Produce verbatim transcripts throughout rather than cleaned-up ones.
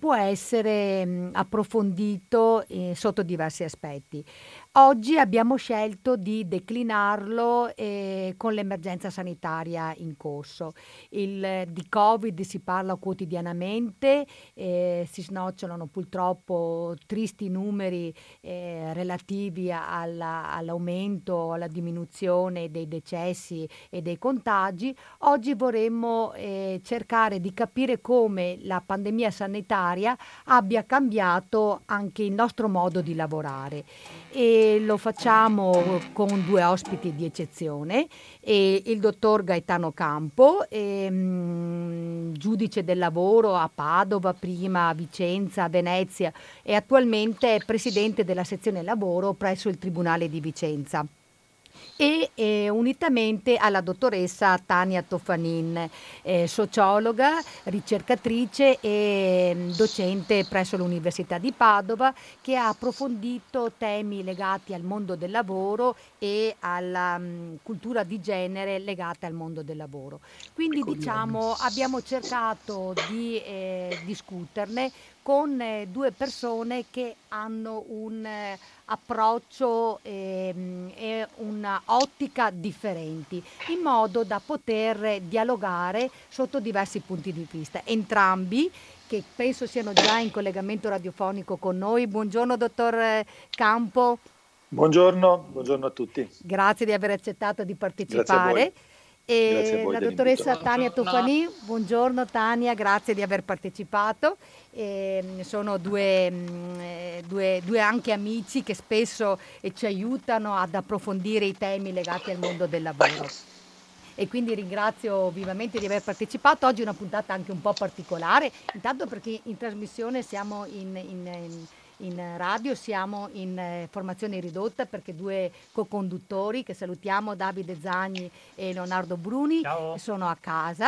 può essere mh, approfondito eh, sotto diversi aspetti. Oggi abbiamo scelto di declinarlo eh, con l'emergenza sanitaria in corso. Il, di Covid si parla quotidianamente, eh, si snocciolano purtroppo tristi numeri eh, relativi alla- all'aumento, alla diminuzione dei decessi e dei contagi. Oggi vorremmo eh, cercare di capire come la pandemia sanitaria abbia cambiato anche il nostro modo di lavorare e lo facciamo con due ospiti di eccezione, e il dottor Gaetano Campo, ehm, giudice del lavoro a Padova, prima a Vicenza, a Venezia e attualmente è presidente della sezione lavoro presso il Tribunale di Vicenza. E eh, unitamente alla dottoressa Tania Toffanin, eh, sociologa, ricercatrice e mm, docente presso l'Università di Padova, che ha approfondito temi legati al mondo del lavoro e alla mm, cultura di genere legata al mondo del lavoro. Quindi diciamo abbiamo cercato di eh, discuterne con eh, due persone che hanno un eh, approccio ehm, e una ottica differenti, in modo da poter dialogare sotto diversi punti di vista. Entrambi che penso siano già in collegamento radiofonico con noi. Buongiorno dottor eh, Campo. Buongiorno, buongiorno a tutti. Grazie di aver accettato di Grazie a voi. partecipare. Grazie a E voi la dell'invito. dottoressa Tania Buongiorno. Tofani, buongiorno Tania, grazie di aver partecipato. Ehm, sono due, mm, eh, due- due anche amici che spesso eh, ci aiutano ad approfondire i temi legati al mondo del lavoro. E quindi ringrazio vivamente di aver partecipato. Oggi è una puntata anche un po' particolare, intanto perché in trasmissione siamo in, in- in- in radio, siamo in eh, formazione ridotta perché due co-conduttori che salutiamo, Davide Zagni e Leonardo Bruni, Ciao. sono a casa.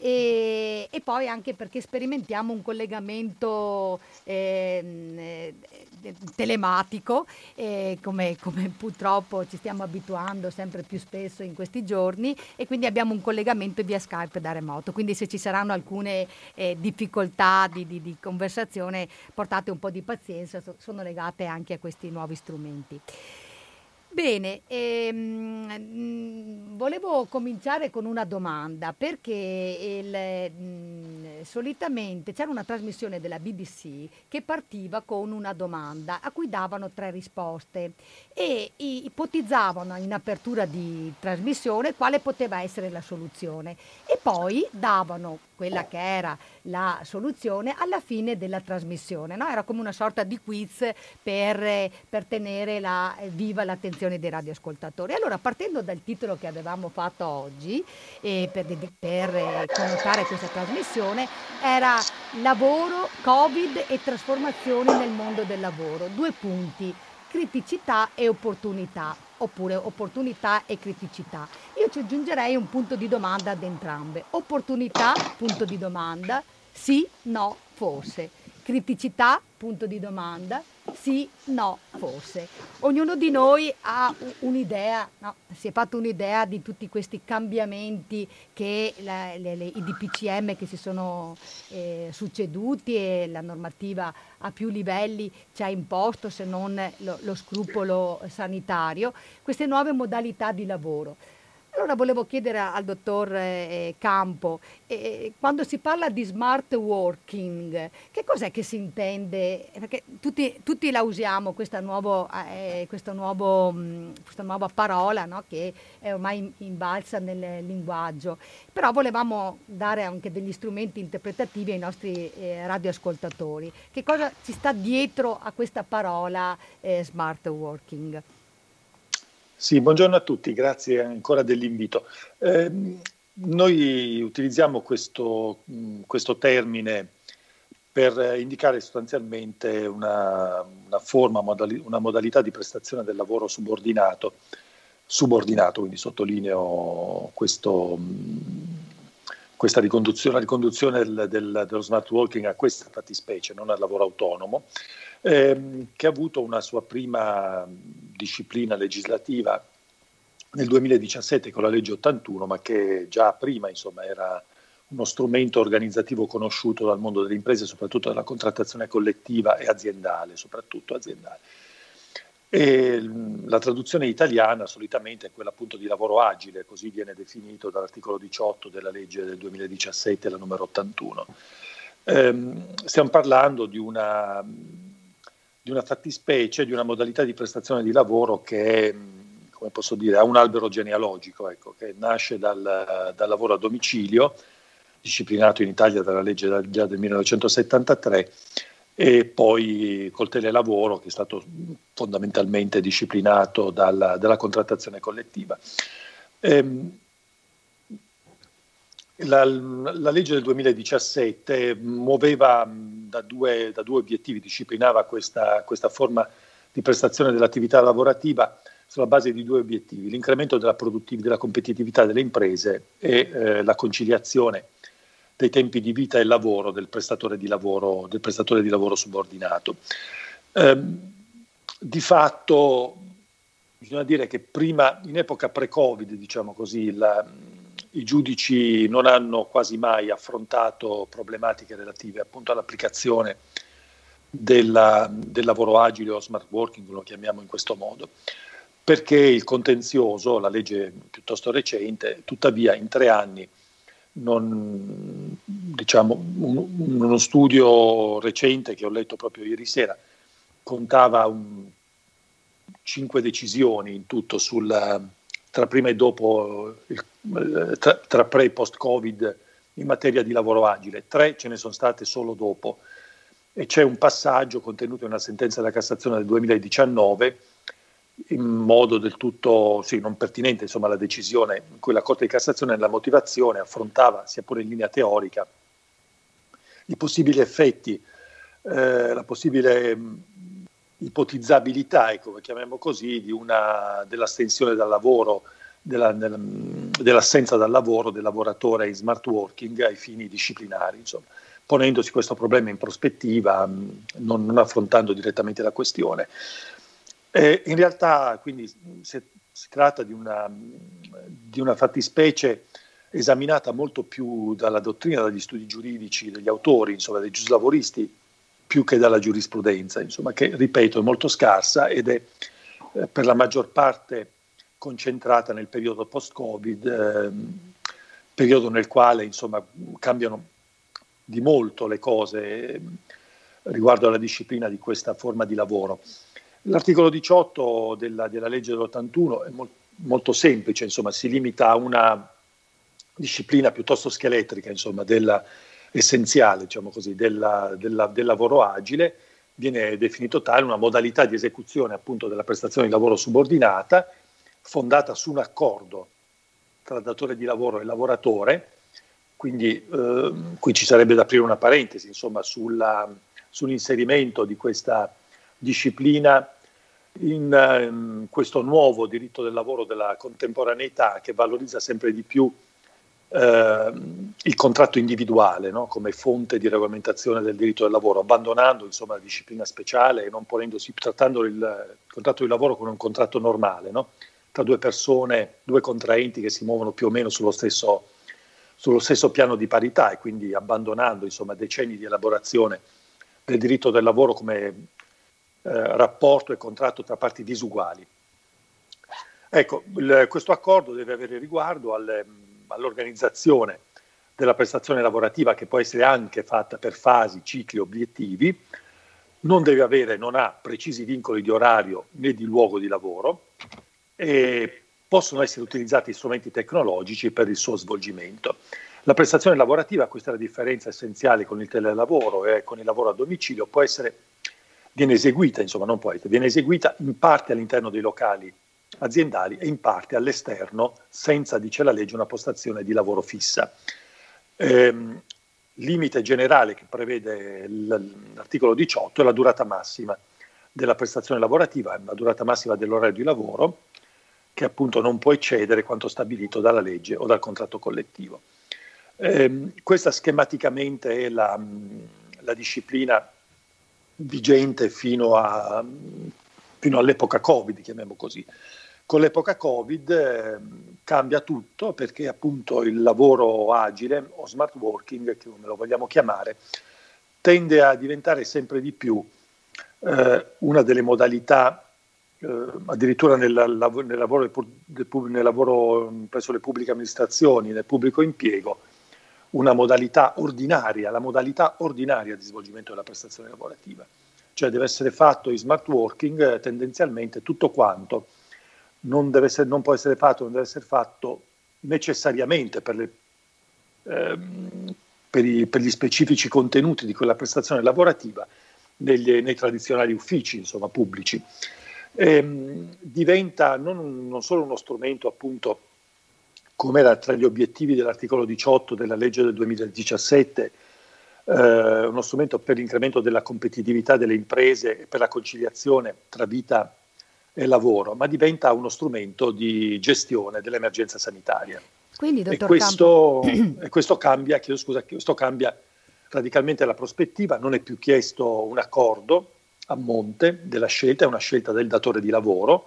E, e poi anche perché sperimentiamo un collegamento ehm, eh, eh, telematico, eh, come, come purtroppo ci stiamo abituando sempre più spesso in questi giorni, e quindi abbiamo un collegamento via Skype da remoto. Quindi se ci saranno alcune eh, difficoltà di, di- di conversazione, portate un po' di pazienza, so- sono legate anche a questi nuovi strumenti. Bene, ehm, mm, volevo cominciare con una domanda perché il, mm, solitamente c'era una trasmissione della B B C che partiva con una domanda a cui davano tre risposte e i- ipotizzavano in apertura di trasmissione quale poteva essere la soluzione, e poi davano quella che era la soluzione alla fine della trasmissione, no? Era come una sorta di quiz per, eh, per tenere la- eh, viva l'attenzione dei radioascoltatori. Allora, partendo dal titolo che avevamo fatto oggi, eh, per, dedi- per, eh, connotare questa trasmissione, era lavoro, Covid e trasformazioni nel mondo del lavoro. Due punti: criticità e opportunità, oppure opportunità e criticità. Io ci aggiungerei un punto di domanda ad entrambe. Opportunità, punto di domanda, sì, no, forse. Criticità, punto di domanda, sì, no, forse. Ognuno di noi ha u- un'idea, no? Si è fatto un'idea di tutti questi cambiamenti che la- le- le- i D P C M che si sono eh, succeduti e la normativa a più livelli ci ha imposto, se non lo, lo scrupolo sanitario, queste nuove modalità di lavoro. Allora volevo chiedere a- al dottor eh, Campo, eh, quando si parla di smart working, che cos'è che si intende? Perché tutti, tutti la usiamo, questa, nuovo, eh, questo nuovo, mh, questa nuova parola, no, che è ormai in- invalsa nel linguaggio, però volevamo dare anche degli strumenti interpretativi ai nostri eh, radioascoltatori. Che cosa ci sta dietro a questa parola eh, smart working? Sì, buongiorno a tutti, grazie ancora dell'invito. Ehm, noi utilizziamo questo, mh, questo termine per eh, indicare sostanzialmente una, una forma, modali- una modalità di prestazione del lavoro subordinato, subordinato, quindi sottolineo questo, mh, questa riconduzione, la riconduzione del- del- dello smart working a questa fattispecie, non al lavoro autonomo, ehm, che ha avuto una sua prima disciplina legislativa nel duemiladiciassette con la legge ottantuno, ma che già prima insomma era uno strumento organizzativo conosciuto dal mondo delle imprese, soprattutto dalla contrattazione collettiva e aziendale, soprattutto aziendale. E la traduzione italiana solitamente è quella appunto di lavoro agile, così viene definito dall'articolo diciotto della legge del duemiladiciassette, la numero ottantuno. Ehm, stiamo parlando di una, di una fattispecie, di una modalità di prestazione di lavoro che è, come posso dire, ha un albero genealogico, ecco, che nasce dal, dal lavoro a domicilio, disciplinato in Italia dalla legge già del millenovecentosettantatré, e poi col telelavoro, che è stato fondamentalmente disciplinato dalla, dalla contrattazione collettiva. Ehm, la, la legge del duemiladiciassette muoveva da due, da due obiettivi, disciplinava questa, questa forma di prestazione dell'attività lavorativa sulla base di due obiettivi: l'incremento della produttività, della competitività delle imprese e eh, la conciliazione dei tempi di vita e lavoro del prestatore di lavoro, del prestatore di lavoro subordinato. Ehm, di fatto bisogna dire che prima, in epoca pre-Covid, diciamo così, la, i giudici non hanno quasi mai affrontato problematiche relative appunto all'applicazione della, del lavoro agile o smart working, lo chiamiamo in questo modo, perché il contenzioso, la legge piuttosto recente, tuttavia in tre anni, non, diciamo, un, uno studio recente che ho letto proprio ieri sera contava un, cinque decisioni in tutto sul, tra prima e dopo, il, tra, tra pre e post-Covid in materia di lavoro agile. Tre ce ne sono state solo dopo, e c'è un passaggio contenuto in una sentenza della Cassazione del duemiladiciannove in modo del tutto sì, non pertinente, insomma, la decisione in cui la Corte di Cassazione nella motivazione affrontava, sia pure in linea teorica, i possibili effetti, eh, la possibile mh, ipotizzabilità, ecco, chiamiamo così, di una, dell'astensione dal lavoro, della, della, dell'assenza dal lavoro del lavoratore in smart working ai fini disciplinari, insomma, ponendosi questo problema in prospettiva, mh, non, non affrontando direttamente la questione. Eh, in realtà quindi si, si tratta di una, di una fattispecie esaminata molto più dalla dottrina, dagli studi giuridici, degli autori, insomma, dei giuslavoristi, più che dalla giurisprudenza, insomma, che, ripeto, è molto scarsa ed è eh, per la maggior parte concentrata nel periodo post-Covid, eh, periodo nel quale, insomma, cambiano di molto le cose eh, riguardo alla disciplina di questa forma di lavoro. L'articolo diciotto della, della legge dell'ottantuno è mol, molto semplice, insomma, si limita a una disciplina piuttosto scheletrica, insomma, della, essenziale, diciamo così, della, della, del lavoro agile. Viene definito tale una modalità di esecuzione appunto della prestazione di lavoro subordinata, fondata su un accordo tra datore di lavoro e lavoratore. Quindi eh, qui ci sarebbe da aprire una parentesi, insomma, sulla, sull'inserimento di questa disciplina in um, questo nuovo diritto del lavoro della contemporaneità, che valorizza sempre di più eh, il contratto individuale, no? Come fonte di regolamentazione del diritto del lavoro, abbandonando, insomma, la disciplina speciale e non ponendosi, trattando il contratto di lavoro come un contratto normale, no? Tra due persone, due contraenti che si muovono più o meno sullo stesso, sullo stesso piano di parità, e quindi abbandonando, insomma, decenni di elaborazione del diritto del lavoro come Eh, rapporto e contratto tra parti disuguali. Ecco, il, questo accordo deve avere riguardo al, all'organizzazione della prestazione lavorativa, che può essere anche fatta per fasi, cicli, obiettivi, non deve avere, non ha precisi vincoli di orario né di luogo di lavoro, e possono essere utilizzati strumenti tecnologici per il suo svolgimento. La prestazione lavorativa, questa è la differenza essenziale con il telelavoro e con il lavoro a domicilio, può essere viene eseguita, insomma, non può essere, viene eseguita in parte all'interno dei locali aziendali e in parte all'esterno, senza, dice la legge, una postazione di lavoro fissa. Ehm, limite generale che prevede l'articolo diciotto è la durata massima della prestazione lavorativa, la durata massima dell'orario di lavoro, che appunto non può eccedere quanto stabilito dalla legge o dal contratto collettivo. Ehm, questa schematicamente è la, la disciplina vigente fino, a, fino all'epoca Covid, chiamiamo così. Con l'epoca Covid eh, cambia tutto, perché appunto il lavoro agile o smart working, come lo vogliamo chiamare, tende a diventare sempre di più eh, una delle modalità, eh, addirittura nel, nel, lavoro, nel lavoro presso le pubbliche amministrazioni, nel pubblico impiego, una modalità ordinaria, la modalità ordinaria di svolgimento della prestazione lavorativa. Cioè deve essere fatto in smart working, tendenzialmente tutto quanto non, deve essere, non può essere fatto, non deve essere fatto necessariamente per, le, ehm, per, i, per gli specifici contenuti di quella prestazione lavorativa negli, nei tradizionali uffici, insomma, pubblici. Ehm, diventa non, non solo uno strumento, appunto, come era tra gli obiettivi dell'articolo diciotto della legge del duemiladiciassette, eh, uno strumento per l'incremento della competitività delle imprese e per la conciliazione tra vita e lavoro, ma diventa uno strumento di gestione dell'emergenza sanitaria. Quindi, dottor e, questo, Campo... e questo cambia, chiedo scusa, questo cambia radicalmente la prospettiva, non è più chiesto un accordo a monte della scelta, è una scelta del datore di lavoro,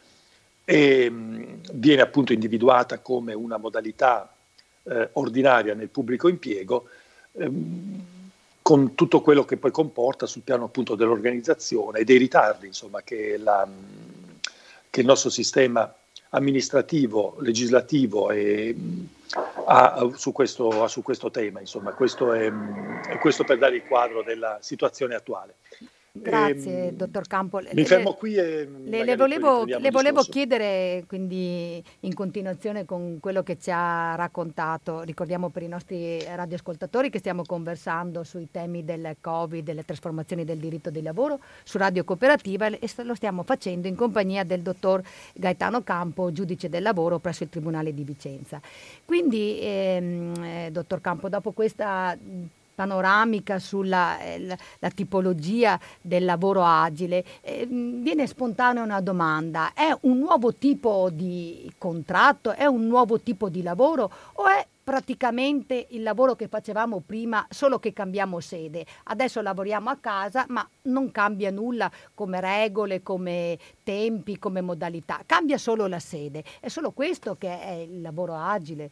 e mh, viene appunto individuata come una modalità eh, ordinaria nel pubblico impiego, ehm, con tutto quello che poi comporta sul piano appunto dell'organizzazione e dei ritardi, insomma, che, la, che il nostro sistema amministrativo, legislativo e, ha, su questo, ha su questo tema. Insomma, questo è, è questo per dare il quadro della situazione attuale. Grazie, E, dottor Campo. mi fermo qui e le, le, volevo, le volevo chiedere, quindi, in continuazione con quello che ci ha raccontato, ricordiamo per i nostri radioascoltatori che stiamo conversando sui temi del Covid, delle trasformazioni del diritto del lavoro su Radio Cooperativa, e lo stiamo facendo in compagnia del dottor Gaetano Campo, giudice del lavoro presso il Tribunale di Vicenza. Quindi, ehm, eh, dottor Campo, dopo questa panoramica sulla eh, la, la tipologia del lavoro agile, eh, viene spontanea una domanda: è un nuovo tipo di contratto, è un nuovo tipo di lavoro, o è praticamente il lavoro che facevamo prima, solo che cambiamo sede? Adesso lavoriamo a casa, ma non cambia nulla come regole, come tempi, come modalità, cambia solo la sede. È solo questo che è il lavoro agile?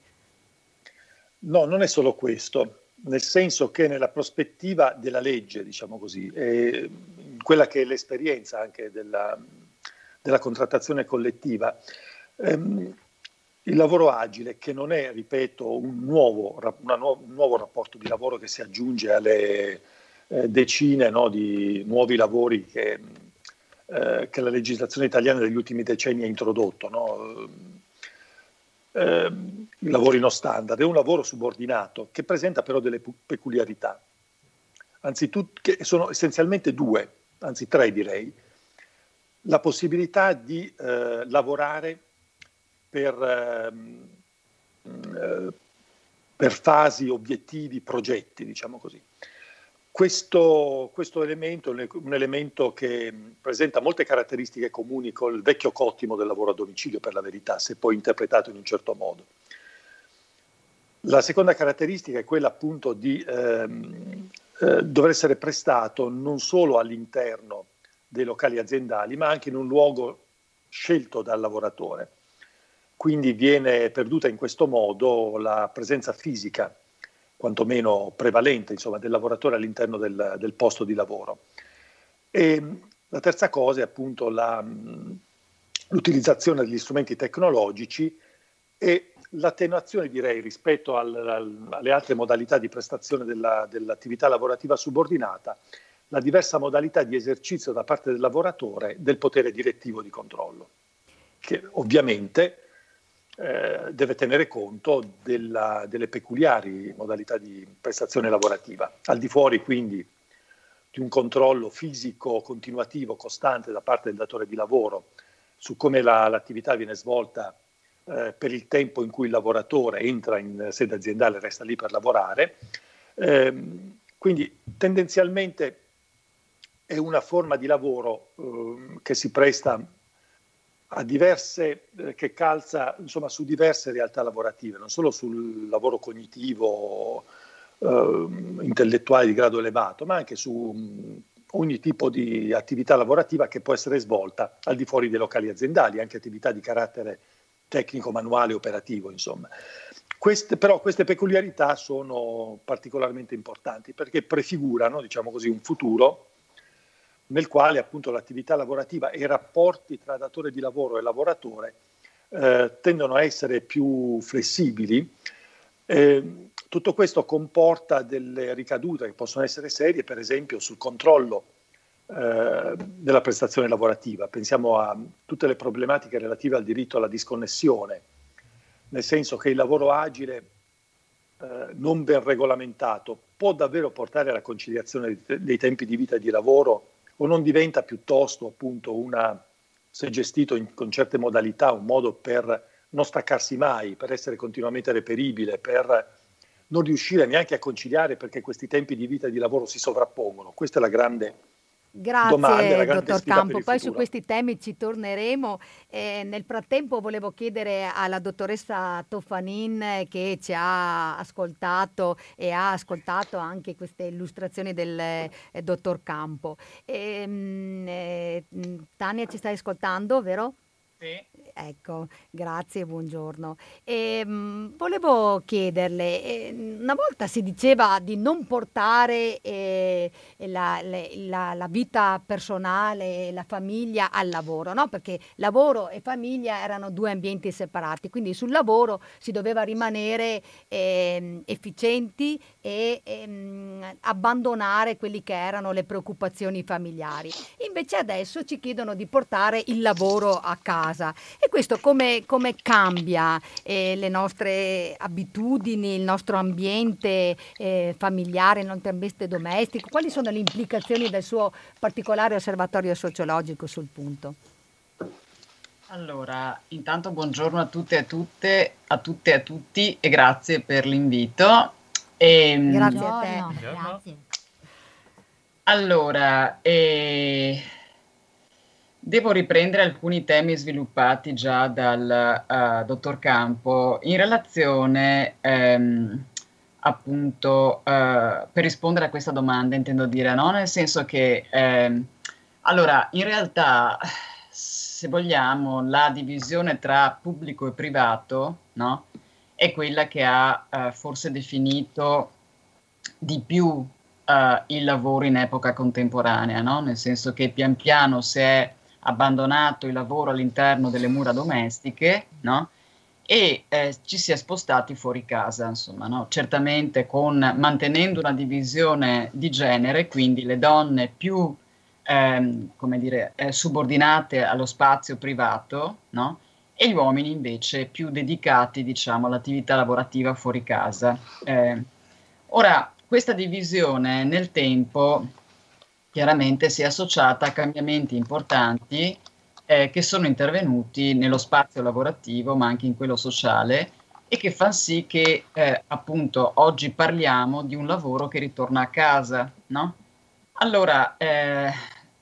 No, non è solo questo. Nel senso che nella prospettiva della legge, diciamo così, eh, quella che è l'esperienza anche della, della contrattazione collettiva, ehm, il lavoro agile, che non è, ripeto, un nuovo, una nu- un nuovo rapporto di lavoro che si aggiunge alle eh, decine, no, di nuovi lavori che, eh, che la legislazione italiana degli ultimi decenni ha introdotto, no? Eh, il lavoro non standard, è un lavoro subordinato che presenta però delle peculiarità, anzitutto, che sono essenzialmente due, anzi tre direi. La possibilità di eh, lavorare per, eh, per fasi, obiettivi, progetti, diciamo così. Questo, questo elemento è un elemento che presenta molte caratteristiche comuni col vecchio cottimo del lavoro a domicilio, per la verità, se poi interpretato in un certo modo. La seconda caratteristica è quella appunto di ehm, eh, dover essere prestato non solo all'interno dei locali aziendali, ma anche in un luogo scelto dal lavoratore. Quindi viene perduta in questo modo la presenza fisica, quantomeno prevalente, insomma, del lavoratore all'interno del, del posto di lavoro. E la terza cosa è appunto la, l'utilizzazione degli strumenti tecnologici e l'attenuazione, direi, rispetto al, al, alle altre modalità di prestazione della, dell'attività lavorativa subordinata, la diversa modalità di esercizio da parte del lavoratore del potere direttivo di controllo, che ovviamente Eh, deve tenere conto della, delle peculiari modalità di prestazione lavorativa, al di fuori quindi di un controllo fisico, continuativo, costante da parte del datore di lavoro su come la, l'attività viene svolta eh, per il tempo in cui il lavoratore entra in sede aziendale e resta lì per lavorare. Eh, quindi tendenzialmente è una forma di lavoro eh, che si presta a diverse, eh, che calza insomma su diverse realtà lavorative, non solo sul lavoro cognitivo, eh, intellettuale di grado elevato, ma anche su um, ogni tipo di attività lavorativa che può essere svolta al di fuori dei locali aziendali, anche attività di carattere tecnico, manuale, operativo, insomma. Queste, però queste peculiarità sono particolarmente importanti perché prefigurano, diciamo così, un futuro nel quale appunto l'attività lavorativa e i rapporti tra datore di lavoro e lavoratore eh, tendono a essere più flessibili. Eh, tutto questo comporta delle ricadute che possono essere serie, per esempio sul controllo eh, della prestazione lavorativa. Pensiamo a tutte le problematiche relative al diritto alla disconnessione, nel senso che il lavoro agile eh, non ben regolamentato può davvero portare alla conciliazione dei tempi di vita e di lavoro, o non diventa piuttosto appunto una, se gestito in, con certe modalità, un modo per non staccarsi mai, per essere continuamente reperibile, per non riuscire neanche a conciliare perché questi tempi di vita e di lavoro si sovrappongono. Questa è la grande domanda, Grazie, la grande dottor sfida per Campo. il Poi su futuro. questi temi ci torneremo. Eh, nel frattempo volevo chiedere alla dottoressa Toffanin, eh, che ci ha ascoltato e ha ascoltato anche queste illustrazioni del eh, dottor Campo. Ehm, eh, mh, Tania, ci stai ascoltando, vero? Sì. Ecco, grazie, buongiorno. Ehm, volevo chiederle, eh, una volta si diceva di non portare eh, la, le- la- la vita personale e la famiglia al lavoro, no? Perché lavoro e famiglia erano due ambienti separati, quindi sul lavoro si doveva rimanere ehm, efficienti e ehm, abbandonare quelli che erano le preoccupazioni familiari. Invece adesso ci chiedono di portare il lavoro a casa. E questo come, come cambia eh, le nostre abitudini, il nostro ambiente eh, familiare, il nostro ambiente domestico? Quali sono le implicazioni del suo particolare osservatorio sociologico sul punto? Allora, intanto buongiorno a tutte e a tutte, a tutte e a tutti e grazie per l'invito. Ehm, Grazie a te. Buongiorno, grazie. Allora, eh, devo riprendere alcuni temi sviluppati già dal uh, dottor Campo in relazione ehm, appunto uh, per rispondere a questa domanda, intendo dire, no? Nel senso che ehm, allora, in realtà, se vogliamo, la divisione tra pubblico e privato, no? È quella che ha uh, forse definito di più uh, il lavoro in epoca contemporanea, no? Nel senso che pian piano si è abbandonato il lavoro all'interno delle mura domestiche, no? E eh, ci si è spostati fuori casa, insomma, no? Certamente con, mantenendo una divisione di genere, quindi le donne più, ehm, come dire, eh, subordinate allo spazio privato, no? E gli uomini invece più dedicati, diciamo, all'attività lavorativa fuori casa. Eh, ora, questa divisione nel tempo chiaramente si è associata a cambiamenti importanti eh, che sono intervenuti nello spazio lavorativo, ma anche in quello sociale, e che fanno sì che eh, appunto oggi parliamo di un lavoro che ritorna a casa, no? Allora, eh,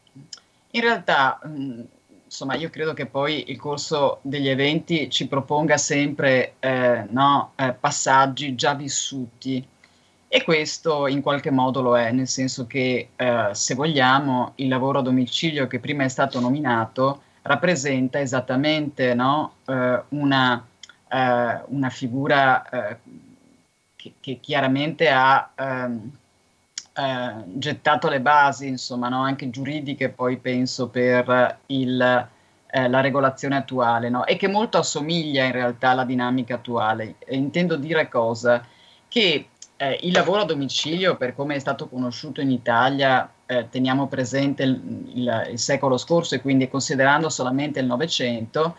in realtà, mh, insomma, io credo che poi il corso degli eventi ci proponga sempre eh, no, eh, passaggi già vissuti. E questo in qualche modo lo è, nel senso che, eh, se vogliamo, il lavoro a domicilio che prima è stato nominato rappresenta esattamente, no, eh, una, eh, una figura eh, che, che chiaramente ha ehm, eh, gettato le basi, insomma, no, anche giuridiche, poi penso, per il, eh, la regolazione attuale, no, e che molto assomiglia in realtà alla dinamica attuale. E intendo dire cosa? Che Eh, il lavoro a domicilio, per come è stato conosciuto in Italia, eh, teniamo presente il, il, il secolo scorso e quindi considerando solamente il Novecento,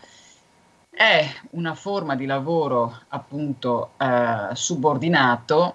è una forma di lavoro appunto eh, subordinato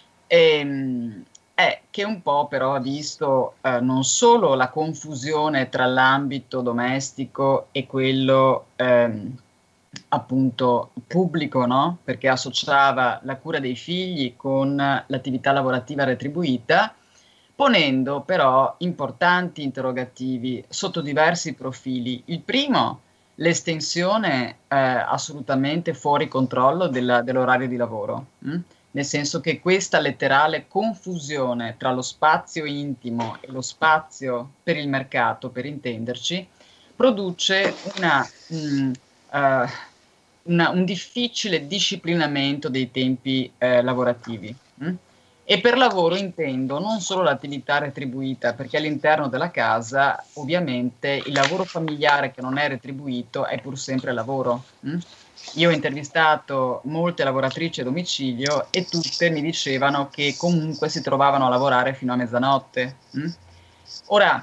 e, è, che un po' però ha visto eh, non solo la confusione tra l'ambito domestico e quello ehm, appunto pubblico, no? Perché associava la cura dei figli con l'attività lavorativa retribuita, ponendo però importanti interrogativi sotto diversi profili. Il primo, l'estensione eh, assolutamente fuori controllo della, dell'orario di lavoro, mh? Nel senso che questa letterale confusione tra lo spazio intimo e lo spazio per il mercato, per intenderci, produce una mh, Uh, una, un difficile disciplinamento dei tempi eh, lavorativi. Hm? E per lavoro intendo non solo l'attività retribuita, perché all'interno della casa ovviamente il lavoro familiare che non è retribuito è pur sempre lavoro. Hm? Io ho intervistato molte lavoratrici a domicilio e tutte mi dicevano che comunque si trovavano a lavorare fino a mezzanotte. Hm? Ora,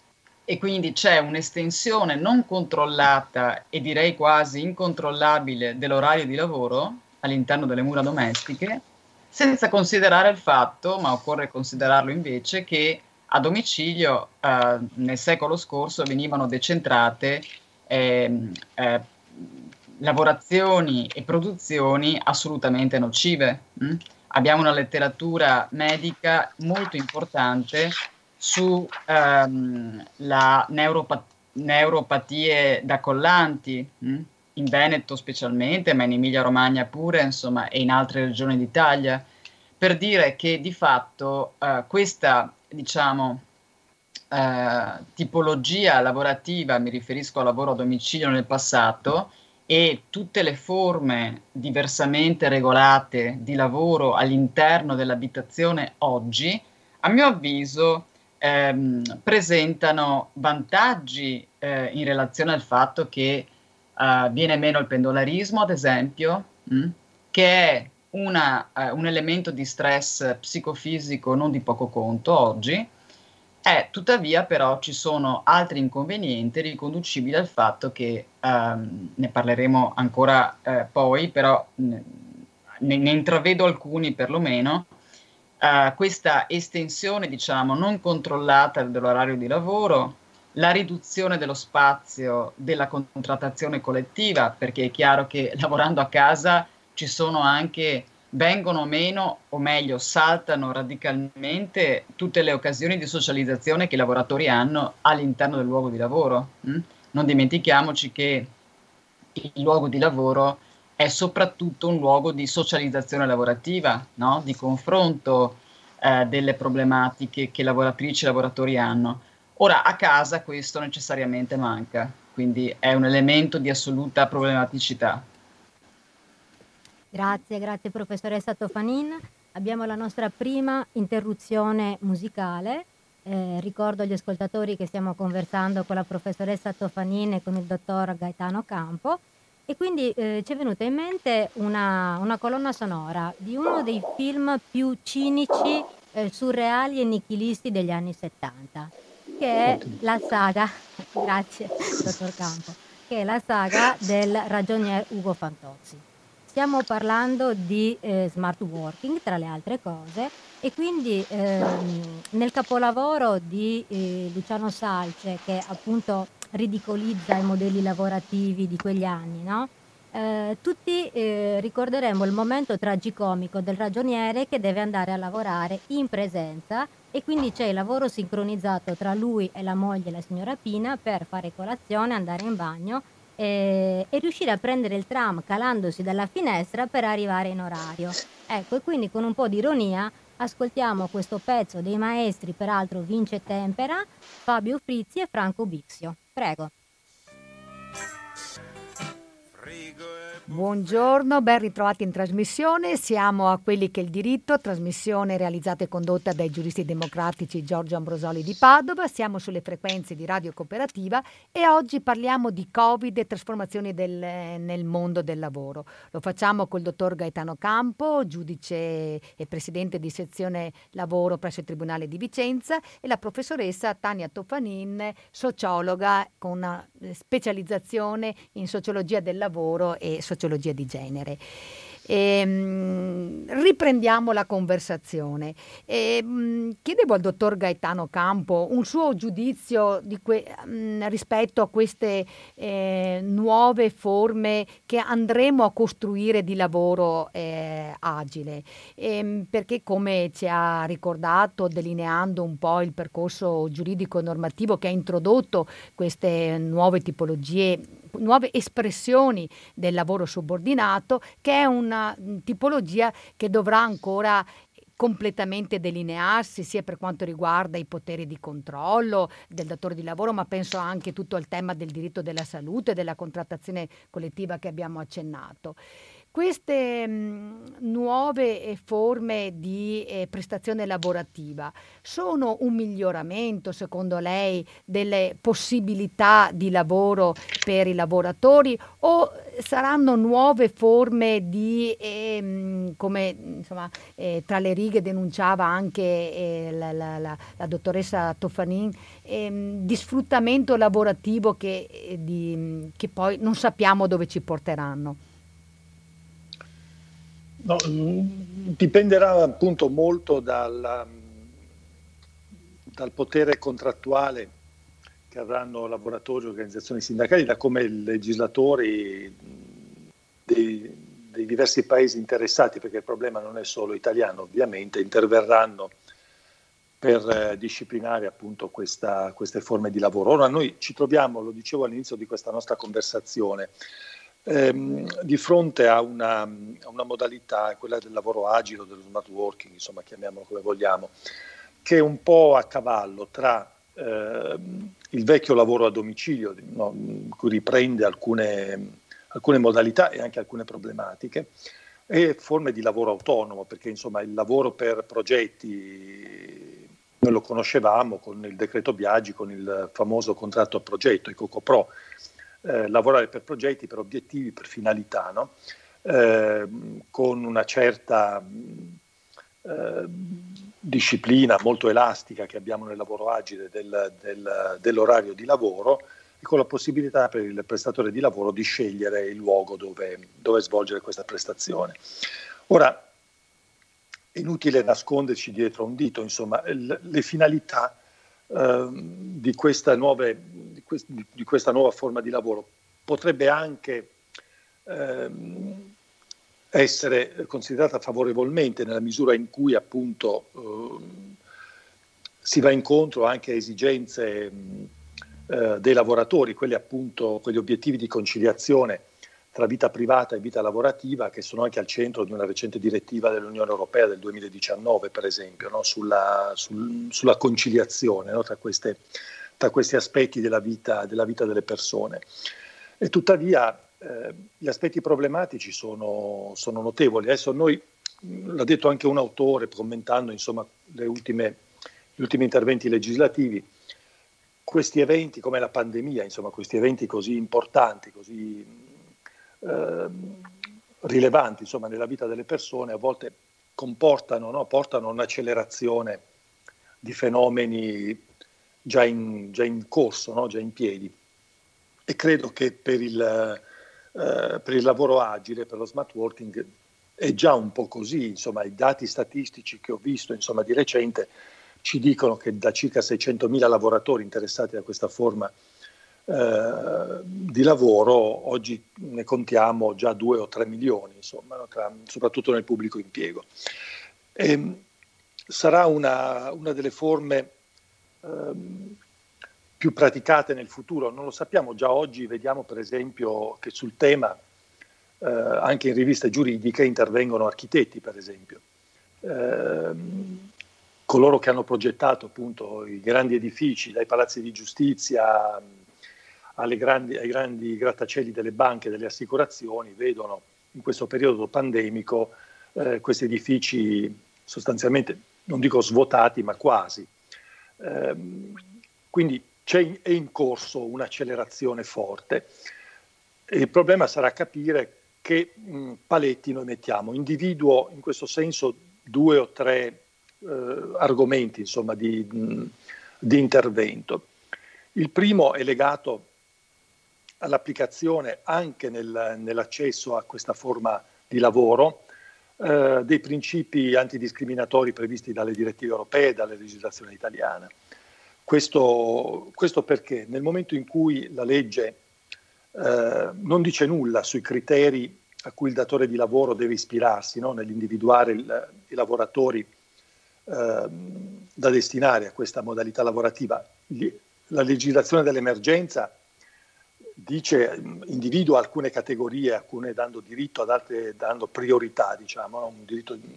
e quindi c'è un'estensione non controllata e direi quasi incontrollabile dell'orario di lavoro all'interno delle mura domestiche, senza considerare il fatto, ma occorre considerarlo invece, che a domicilio eh, nel secolo scorso venivano decentrate eh, eh, lavorazioni e produzioni assolutamente nocive. Hm? Abbiamo una letteratura medica molto importante su ehm, la neuropa- neuropatie da collanti, hm? In Veneto specialmente, ma in Emilia-Romagna pure, insomma, e in altre regioni d'Italia, per dire che di fatto eh, questa, diciamo, eh, tipologia lavorativa, mi riferisco al lavoro a domicilio nel passato, e tutte le forme diversamente regolate di lavoro all'interno dell'abitazione oggi, a mio avviso, ehm, presentano vantaggi eh, in relazione al fatto che eh, viene meno il pendolarismo, ad esempio, mh, che è una, eh, un elemento di stress psicofisico non di poco conto oggi. Eh, tuttavia, però, ci sono altri inconvenienti riconducibili al fatto che, ehm, ne parleremo ancora eh, poi, però ne, ne intravedo alcuni perlomeno, eh, questa estensione, diciamo, non controllata dell'orario di lavoro, la riduzione dello spazio della contrattazione collettiva, perché è chiaro che lavorando a casa ci sono anche vengono meno, o meglio, saltano radicalmente tutte le occasioni di socializzazione che i lavoratori hanno all'interno del luogo di lavoro. Hm? Non dimentichiamoci che il luogo di lavoro è soprattutto un luogo di socializzazione lavorativa, no? Di confronto eh, delle problematiche che lavoratrici e lavoratori hanno. Ora, a casa questo necessariamente manca, quindi è un elemento di assoluta problematicità. Grazie, grazie professoressa Tofanin. Abbiamo la nostra prima interruzione musicale. Eh, ricordo agli ascoltatori che stiamo conversando con la professoressa Tofanin e con il dottor Gaetano Campo e quindi eh, ci è venuta in mente una, una colonna sonora di uno dei film più cinici, eh, surreali e nichilisti degli anni settanta, che è la saga, grazie dottor Campo, che è la saga del ragionier Ugo Fantozzi. Stiamo parlando di eh, smart working, tra le altre cose, e quindi ehm, nel capolavoro di eh, Luciano Salce, che appunto ridicolizza i modelli lavorativi di quegli anni, no? Eh, tutti eh, ricorderemo il momento tragicomico del ragioniere che deve andare a lavorare in presenza e quindi c'è il lavoro sincronizzato tra lui e la moglie, la signora Pina, per fare colazione, andare in bagno e, e riuscire a prendere il tram calandosi dalla finestra per arrivare in orario. Ecco, e quindi con un po' di ironia ascoltiamo questo pezzo dei maestri, peraltro Vince Tempera, Fabio Frizzi e Franco Bixio. Prego. Buongiorno, ben ritrovati in trasmissione. Siamo a Quelli che è il diritto, trasmissione realizzata e condotta dai giuristi democratici Giorgio Ambrosoli di Padova. Siamo sulle frequenze di Radio Cooperativa e oggi parliamo di Covid e trasformazioni del, nel mondo del lavoro. Lo facciamo col dottor Gaetano Campo, giudice e presidente di sezione lavoro presso il Tribunale di Vicenza, e la professoressa Tania Tofanin, sociologa con una specializzazione in sociologia del lavoro e sociologia di genere. E, mh, riprendiamo la conversazione. E, mh, chiedevo al dottor Gaetano Campo un suo giudizio di que- mh, rispetto a queste eh, nuove forme che andremo a costruire di lavoro eh, agile, e, perché come ci ha ricordato, delineando un po' il percorso giuridico normativo che ha introdotto queste nuove tipologie, nuove espressioni del lavoro subordinato, che è una tipologia che dovrà ancora completamente delinearsi, sia per quanto riguarda i poteri di controllo del datore di lavoro, ma penso anche tutto al tema del diritto della salute, della contrattazione collettiva che abbiamo accennato. Queste mh, nuove forme di eh, prestazione lavorativa sono un miglioramento, secondo lei, delle possibilità di lavoro per i lavoratori, o saranno nuove forme di, eh, mh, come insomma, eh, tra le righe denunciava anche eh, la, la, la, la dottoressa Toffanin, ehm, di sfruttamento lavorativo che, eh, di, che poi non sappiamo dove ci porteranno? No, mh, dipenderà appunto molto dal, dal potere contrattuale che avranno lavoratori e organizzazioni sindacali, da come i legislatori dei, dei diversi paesi interessati, perché il problema non è solo italiano, ovviamente, interverranno per eh, disciplinare appunto questa, queste forme di lavoro. Ora noi ci troviamo, lo dicevo all'inizio di questa nostra conversazione, ehm, di fronte a una, a una modalità, quella del lavoro agile, dello smart working, insomma chiamiamolo come vogliamo, che è un po' a cavallo tra eh, il vecchio lavoro a domicilio, no, cui riprende alcune, alcune modalità e anche alcune problematiche, e forme di lavoro autonomo, perché insomma il lavoro per progetti noi lo conoscevamo con il decreto Biagi, con il famoso contratto a progetto, i CocoPro, eh, lavorare per progetti, per obiettivi, per finalità, no? eh, con una certa eh, disciplina molto elastica che abbiamo nel lavoro agile del, del, dell'orario di lavoro, e con la possibilità per il prestatore di lavoro di scegliere il luogo dove, dove svolgere questa prestazione. Ora, è inutile nasconderci dietro un dito, insomma, l- le finalità eh, di, questa nuove, di, quest- di questa nuova forma di lavoro potrebbe anche eh, essere considerata favorevolmente, nella misura in cui appunto eh, si va incontro anche a esigenze eh, dei lavoratori, quelli appunto, quegli obiettivi di conciliazione tra vita privata e vita lavorativa, che sono anche al centro di una recente direttiva dell'Unione Europea del duemiladiciannove, per esempio, no? sulla, sul, sulla conciliazione, no? tra, queste, tra questi aspetti della vita, della vita delle persone. E tuttavia eh, gli aspetti problematici sono, sono notevoli. Adesso noi, l'ha detto anche un autore commentando insomma le ultime, gli ultimi interventi legislativi, questi eventi come la pandemia, insomma questi eventi così importanti, così Eh, rilevanti insomma nella vita delle persone, a volte comportano, no? portano un'accelerazione di fenomeni già in, già in corso, no? già in piedi, e credo che per il, eh, per il lavoro agile, per lo smart working è già un po' così. Insomma, i dati statistici che ho visto insomma di recente ci dicono che da circa seicentomila lavoratori interessati da questa forma Eh, di lavoro, oggi ne contiamo già due o tre milioni, insomma, no? Tra, soprattutto nel pubblico impiego. E sarà una, una delle forme ehm, più praticate nel futuro, non lo sappiamo, già oggi vediamo per esempio che sul tema eh, anche in riviste giuridiche intervengono architetti, per esempio. Eh, coloro che hanno progettato appunto i grandi edifici, dai palazzi di giustizia alle grandi, ai grandi grattacieli delle banche e delle assicurazioni, vedono in questo periodo pandemico eh, questi edifici sostanzialmente, non dico svuotati, ma quasi. Eh, quindi c'è, è in corso un'accelerazione forte. E il problema sarà capire che mh, paletti noi mettiamo. Individuo in questo senso due o tre eh, argomenti insomma, di, mh, di intervento. Il primo è legato all'applicazione anche nel, nell'accesso a questa forma di lavoro eh, dei principi antidiscriminatori previsti dalle direttive europee e dalle legislazioni italiane. Questo, questo perché nel momento in cui la legge eh, non dice nulla sui criteri a cui il datore di lavoro deve ispirarsi, no? nell'individuare il, i lavoratori eh, da destinare a questa modalità lavorativa, gli, la legislazione dell'emergenza dice, individua alcune categorie, alcune dando diritto, ad altre dando priorità, diciamo, un diritto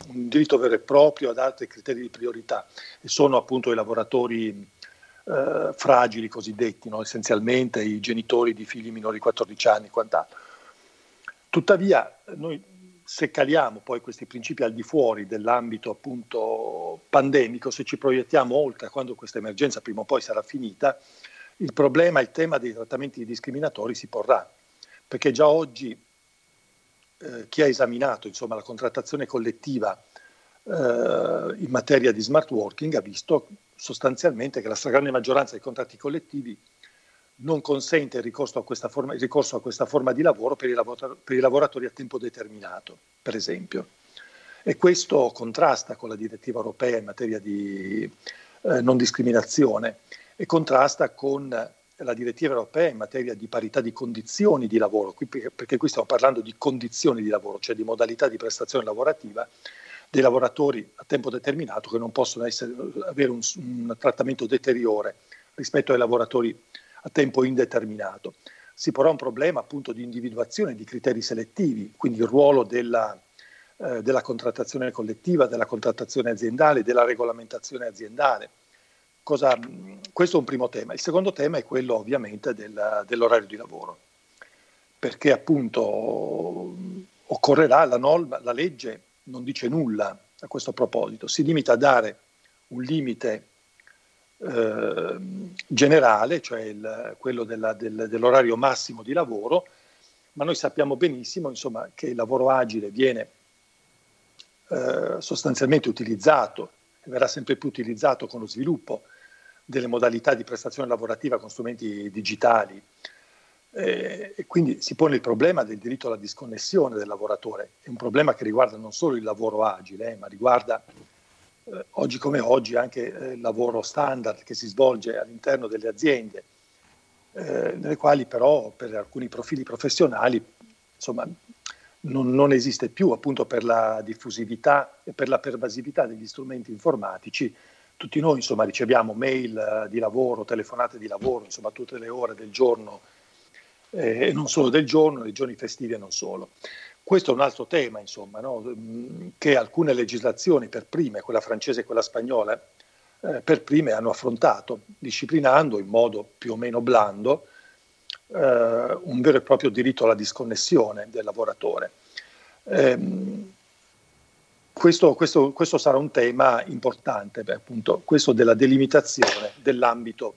un diritto vero e proprio ad altri criteri di priorità, e sono appunto i lavoratori eh, fragili cosiddetti, no? Essenzialmente i genitori di figli minori di quattordici anni e quant'altro. Tuttavia noi, se caliamo poi questi principi al di fuori dell'ambito appunto pandemico, se ci proiettiamo oltre a quando questa emergenza prima o poi sarà finita, il problema, il tema dei trattamenti discriminatori si porrà, perché già oggi eh, chi ha esaminato insomma, la contrattazione collettiva eh, in materia di smart working ha visto sostanzialmente che la stragrande maggioranza dei contratti collettivi non consente il ricorso a questa forma, il ricorso a questa forma di lavoro per i, lavora, per i lavoratori a tempo determinato, per esempio. E questo contrasta con la direttiva europea in materia di eh, non discriminazione e contrasta con la direttiva europea in materia di parità di condizioni di lavoro, qui, perché qui stiamo parlando di condizioni di lavoro, cioè di modalità di prestazione lavorativa dei lavoratori a tempo determinato che non possono essere, avere un, un trattamento deteriore rispetto ai lavoratori a tempo indeterminato. Si porrà un problema appunto di individuazione di criteri selettivi, quindi il ruolo della, eh, della contrattazione collettiva, della contrattazione aziendale, della regolamentazione aziendale. Cosa, questo è un primo tema. Il secondo tema è quello ovviamente del, dell'orario di lavoro, perché appunto occorrerà, la norma, la legge non dice nulla a questo proposito, si limita a dare un limite Eh, generale, cioè il, quello della, del, dell'orario massimo di lavoro, ma noi sappiamo benissimo insomma, che il lavoro agile viene eh, sostanzialmente utilizzato e verrà sempre più utilizzato con lo sviluppo delle modalità di prestazione lavorativa con strumenti digitali eh, e quindi si pone il problema del diritto alla disconnessione del lavoratore. È un problema che riguarda non solo il lavoro agile, eh, ma riguarda Eh, oggi come oggi anche eh, il lavoro standard che si svolge all'interno delle aziende, eh, nelle quali però per alcuni profili professionali insomma, non, non esiste più, appunto per la diffusività e per la pervasività degli strumenti informatici. Tutti noi insomma, riceviamo mail eh, di lavoro, telefonate di lavoro, insomma tutte le ore del giorno eh, e non solo del giorno, nei giorni festivi e non solo. Questo è un altro tema, insomma, no? Che alcune legislazioni per prime, quella francese e quella spagnola, eh, per prime hanno affrontato, disciplinando in modo più o meno blando eh, un vero e proprio diritto alla disconnessione del lavoratore. Eh, questo, questo, questo sarà un tema importante, beh, appunto, questo della delimitazione dell'ambito,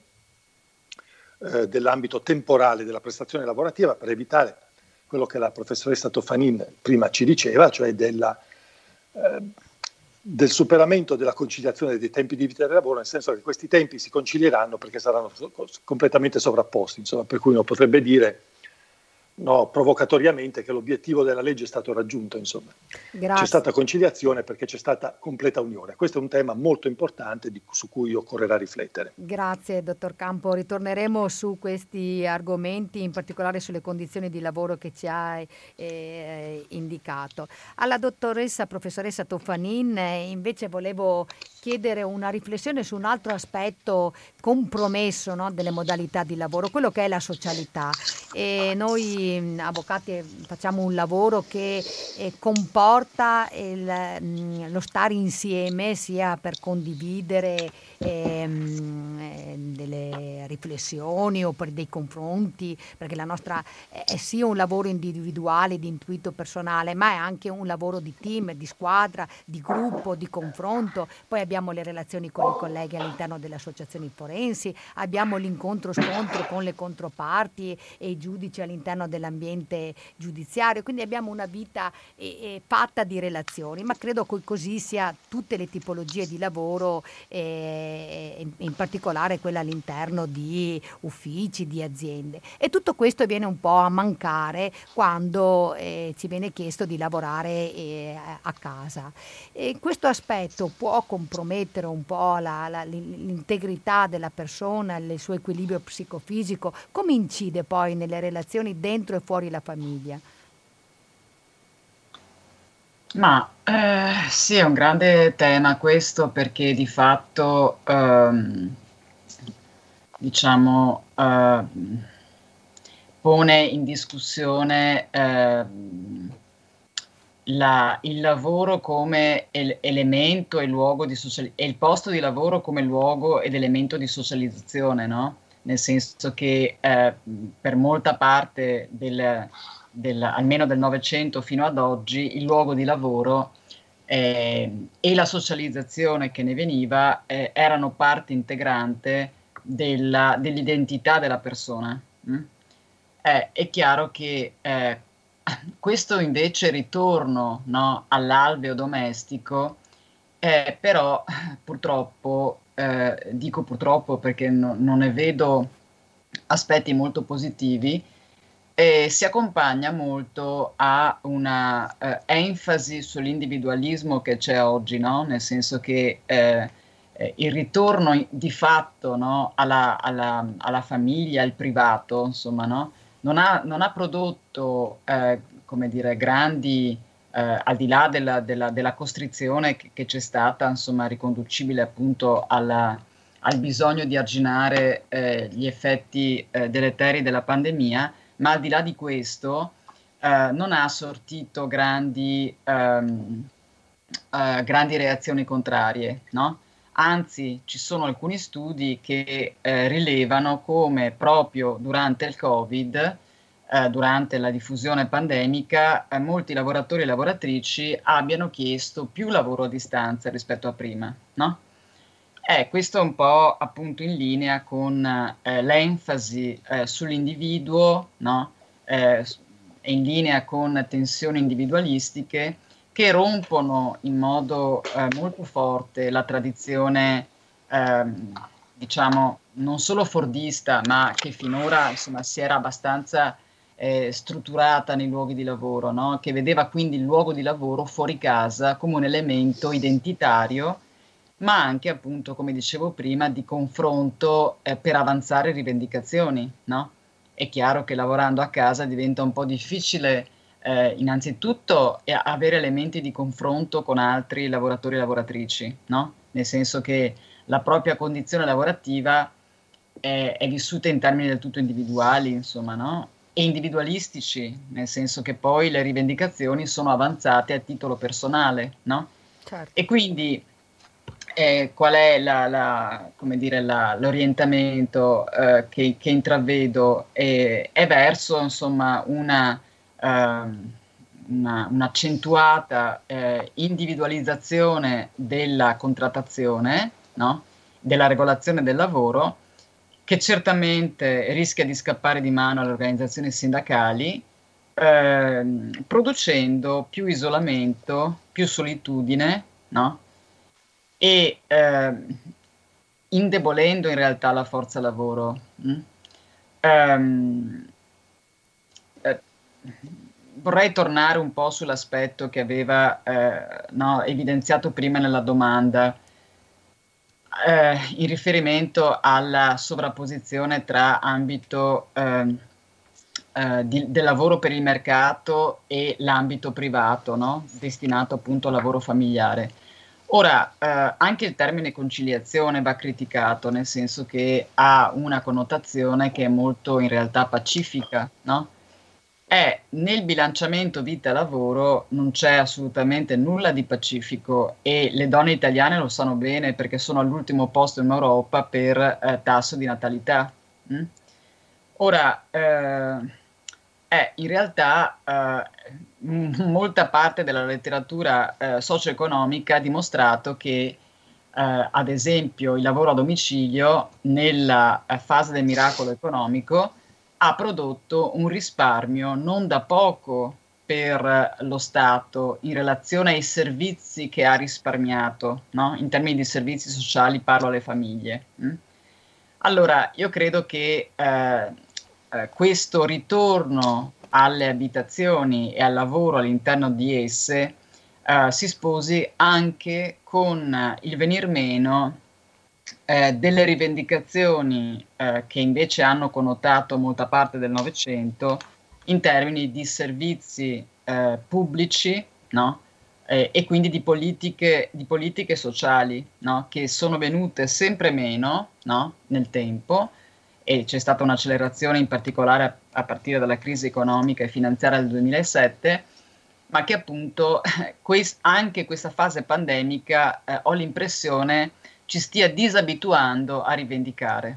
eh, dell'ambito temporale della prestazione lavorativa per evitare quello che la professoressa Toffanin prima ci diceva, cioè della, eh, del superamento della conciliazione dei tempi di vita del lavoro, nel senso che questi tempi si concilieranno perché saranno so- completamente sovrapposti, insomma, per cui uno potrebbe dire no, provocatoriamente che l'obiettivo della legge è stato raggiunto, insomma. Grazie. C'è stata conciliazione perché c'è stata completa unione. Questo è un tema molto importante di, su cui occorrerà riflettere. Grazie, dottor Campo. Ritorneremo su questi argomenti, in particolare sulle condizioni di lavoro che ci ha eh, indicato. Alla dottoressa, professoressa Toffanin, eh, invece volevo chiedere una riflessione su un altro aspetto compromesso, no, delle modalità di lavoro, quello che è la socialità. E noi mh, avvocati facciamo un lavoro che eh, comporta il, mh, lo stare insieme, sia per condividere ehm, eh, delle riflessioni o per dei confronti, perché la nostra è, è sia un lavoro individuale, di intuito personale, ma è anche un lavoro di team, di squadra, di gruppo, di confronto. Poi abbiamo le relazioni con i colleghi all'interno delle associazioni forensi, abbiamo l'incontro-scontro con le controparti e i giudici all'interno dell'ambiente giudiziario, quindi abbiamo una vita eh, eh, fatta di relazioni, ma credo che così sia tutte le tipologie di lavoro, eh, in, in particolare quella all'interno di uffici, di aziende. E tutto questo viene un po' a mancare quando eh, ci viene chiesto di lavorare eh, a casa. E questo aspetto può compromettere un po' la, la, l'integrità della persona, il suo equilibrio psicofisico. Come incide poi nelle relazioni dentro e fuori la famiglia? Ma eh, sì, è un grande tema questo perché di fatto, ehm, diciamo, eh, pone in discussione eh, la, il lavoro come el- elemento e luogo di socializzazione, e il posto di lavoro come luogo ed elemento di socializzazione, no? Nel senso che eh, per molta parte del, del, almeno del Novecento fino ad oggi, il luogo di lavoro eh, e la socializzazione che ne veniva eh, erano parte integrante della, dell'identità della persona. Mm? Eh, è chiaro che eh, questo invece ritorno, no, all'alveo domestico, eh, però purtroppo, eh, dico purtroppo perché no, non ne vedo aspetti molto positivi, eh, si accompagna molto a una eh, enfasi sull'individualismo che c'è oggi, no? Nel senso che eh, eh, il ritorno in- di fatto, no, alla, alla- alla famiglia, al privato, insomma, no? Non ha, non ha prodotto, eh, come dire, grandi, eh, al di là della, della- della costrizione che, che c'è stata, insomma, riconducibile appunto alla- al bisogno di arginare eh, gli effetti eh, deleteri della pandemia, ma al di là di questo eh, non ha sortito grandi, ehm, eh, grandi reazioni contrarie, no? Anzi, ci sono alcuni studi che eh, rilevano come proprio durante il Covid, eh, durante la diffusione pandemica, eh, molti lavoratori e lavoratrici abbiano chiesto più lavoro a distanza rispetto a prima, no? Eh, questo è un po' appunto in linea con eh, l'enfasi eh, sull'individuo, no? Eh, s- è in linea con tensioni individualistiche che rompono in modo eh, molto forte la tradizione, ehm, diciamo, non solo fordista, ma che finora insomma, si era abbastanza eh, strutturata nei luoghi di lavoro, no? Che vedeva quindi il luogo di lavoro fuori casa come un elemento identitario, ma anche appunto, come dicevo prima, di confronto eh, per avanzare rivendicazioni, no? È chiaro che lavorando a casa diventa un po' difficile eh, innanzitutto eh, avere elementi di confronto con altri lavoratori e lavoratrici, no? Nel senso che la propria condizione lavorativa è, è vissuta in termini del tutto individuali, insomma, no? E individualistici, nel senso che poi le rivendicazioni sono avanzate a titolo personale, no? Certo. E quindi eh, qual è la, la- come dire, la- l'orientamento eh, che, che intravedo? Eh, è verso, insomma, una, ehm, una- un'accentuata eh, individualizzazione della contrattazione, no? Della regolazione del lavoro, che certamente rischia di scappare di mano alle organizzazioni sindacali, ehm, producendo più isolamento, più solitudine, no? E ehm, indebolendo in realtà la forza lavoro. Mm? Ehm, eh, Vorrei tornare un po' sull'aspetto che aveva eh, no, evidenziato prima nella domanda, eh, in riferimento alla sovrapposizione tra ambito ehm, eh, di- del lavoro per il mercato e l'ambito privato, no? Destinato appunto al lavoro familiare. Ora, eh, anche il termine conciliazione va criticato, nel senso che ha una connotazione che è molto in realtà pacifica, no? È nel bilanciamento vita-lavoro non c'è assolutamente nulla di pacifico e le donne italiane lo sanno bene perché sono all'ultimo posto in Europa per eh, tasso di natalità. Mm? Ora, eh, eh, in realtà eh, m- molta parte della letteratura eh, socio-economica ha dimostrato che, eh, ad esempio, il lavoro a domicilio nella eh, fase del miracolo economico ha prodotto un risparmio non da poco per eh, lo Stato in relazione ai servizi che ha risparmiato, no? In termini di servizi sociali parlo alle famiglie. Mm? Allora, io credo che eh, eh, questo ritorno alle abitazioni e al lavoro all'interno di esse eh, si sposi anche con il venir meno eh, delle rivendicazioni eh, che invece hanno connotato molta parte del Novecento in termini di servizi eh, pubblici, no? Eh, e quindi di politiche, di politiche sociali, no? Che sono venute sempre meno, no? Nel tempo, e c'è stata un'accelerazione in particolare a, a partire dalla crisi economica e finanziaria del duemilasette, ma che appunto quest- anche questa fase pandemica eh, ho l'impressione ci stia disabituando a rivendicare.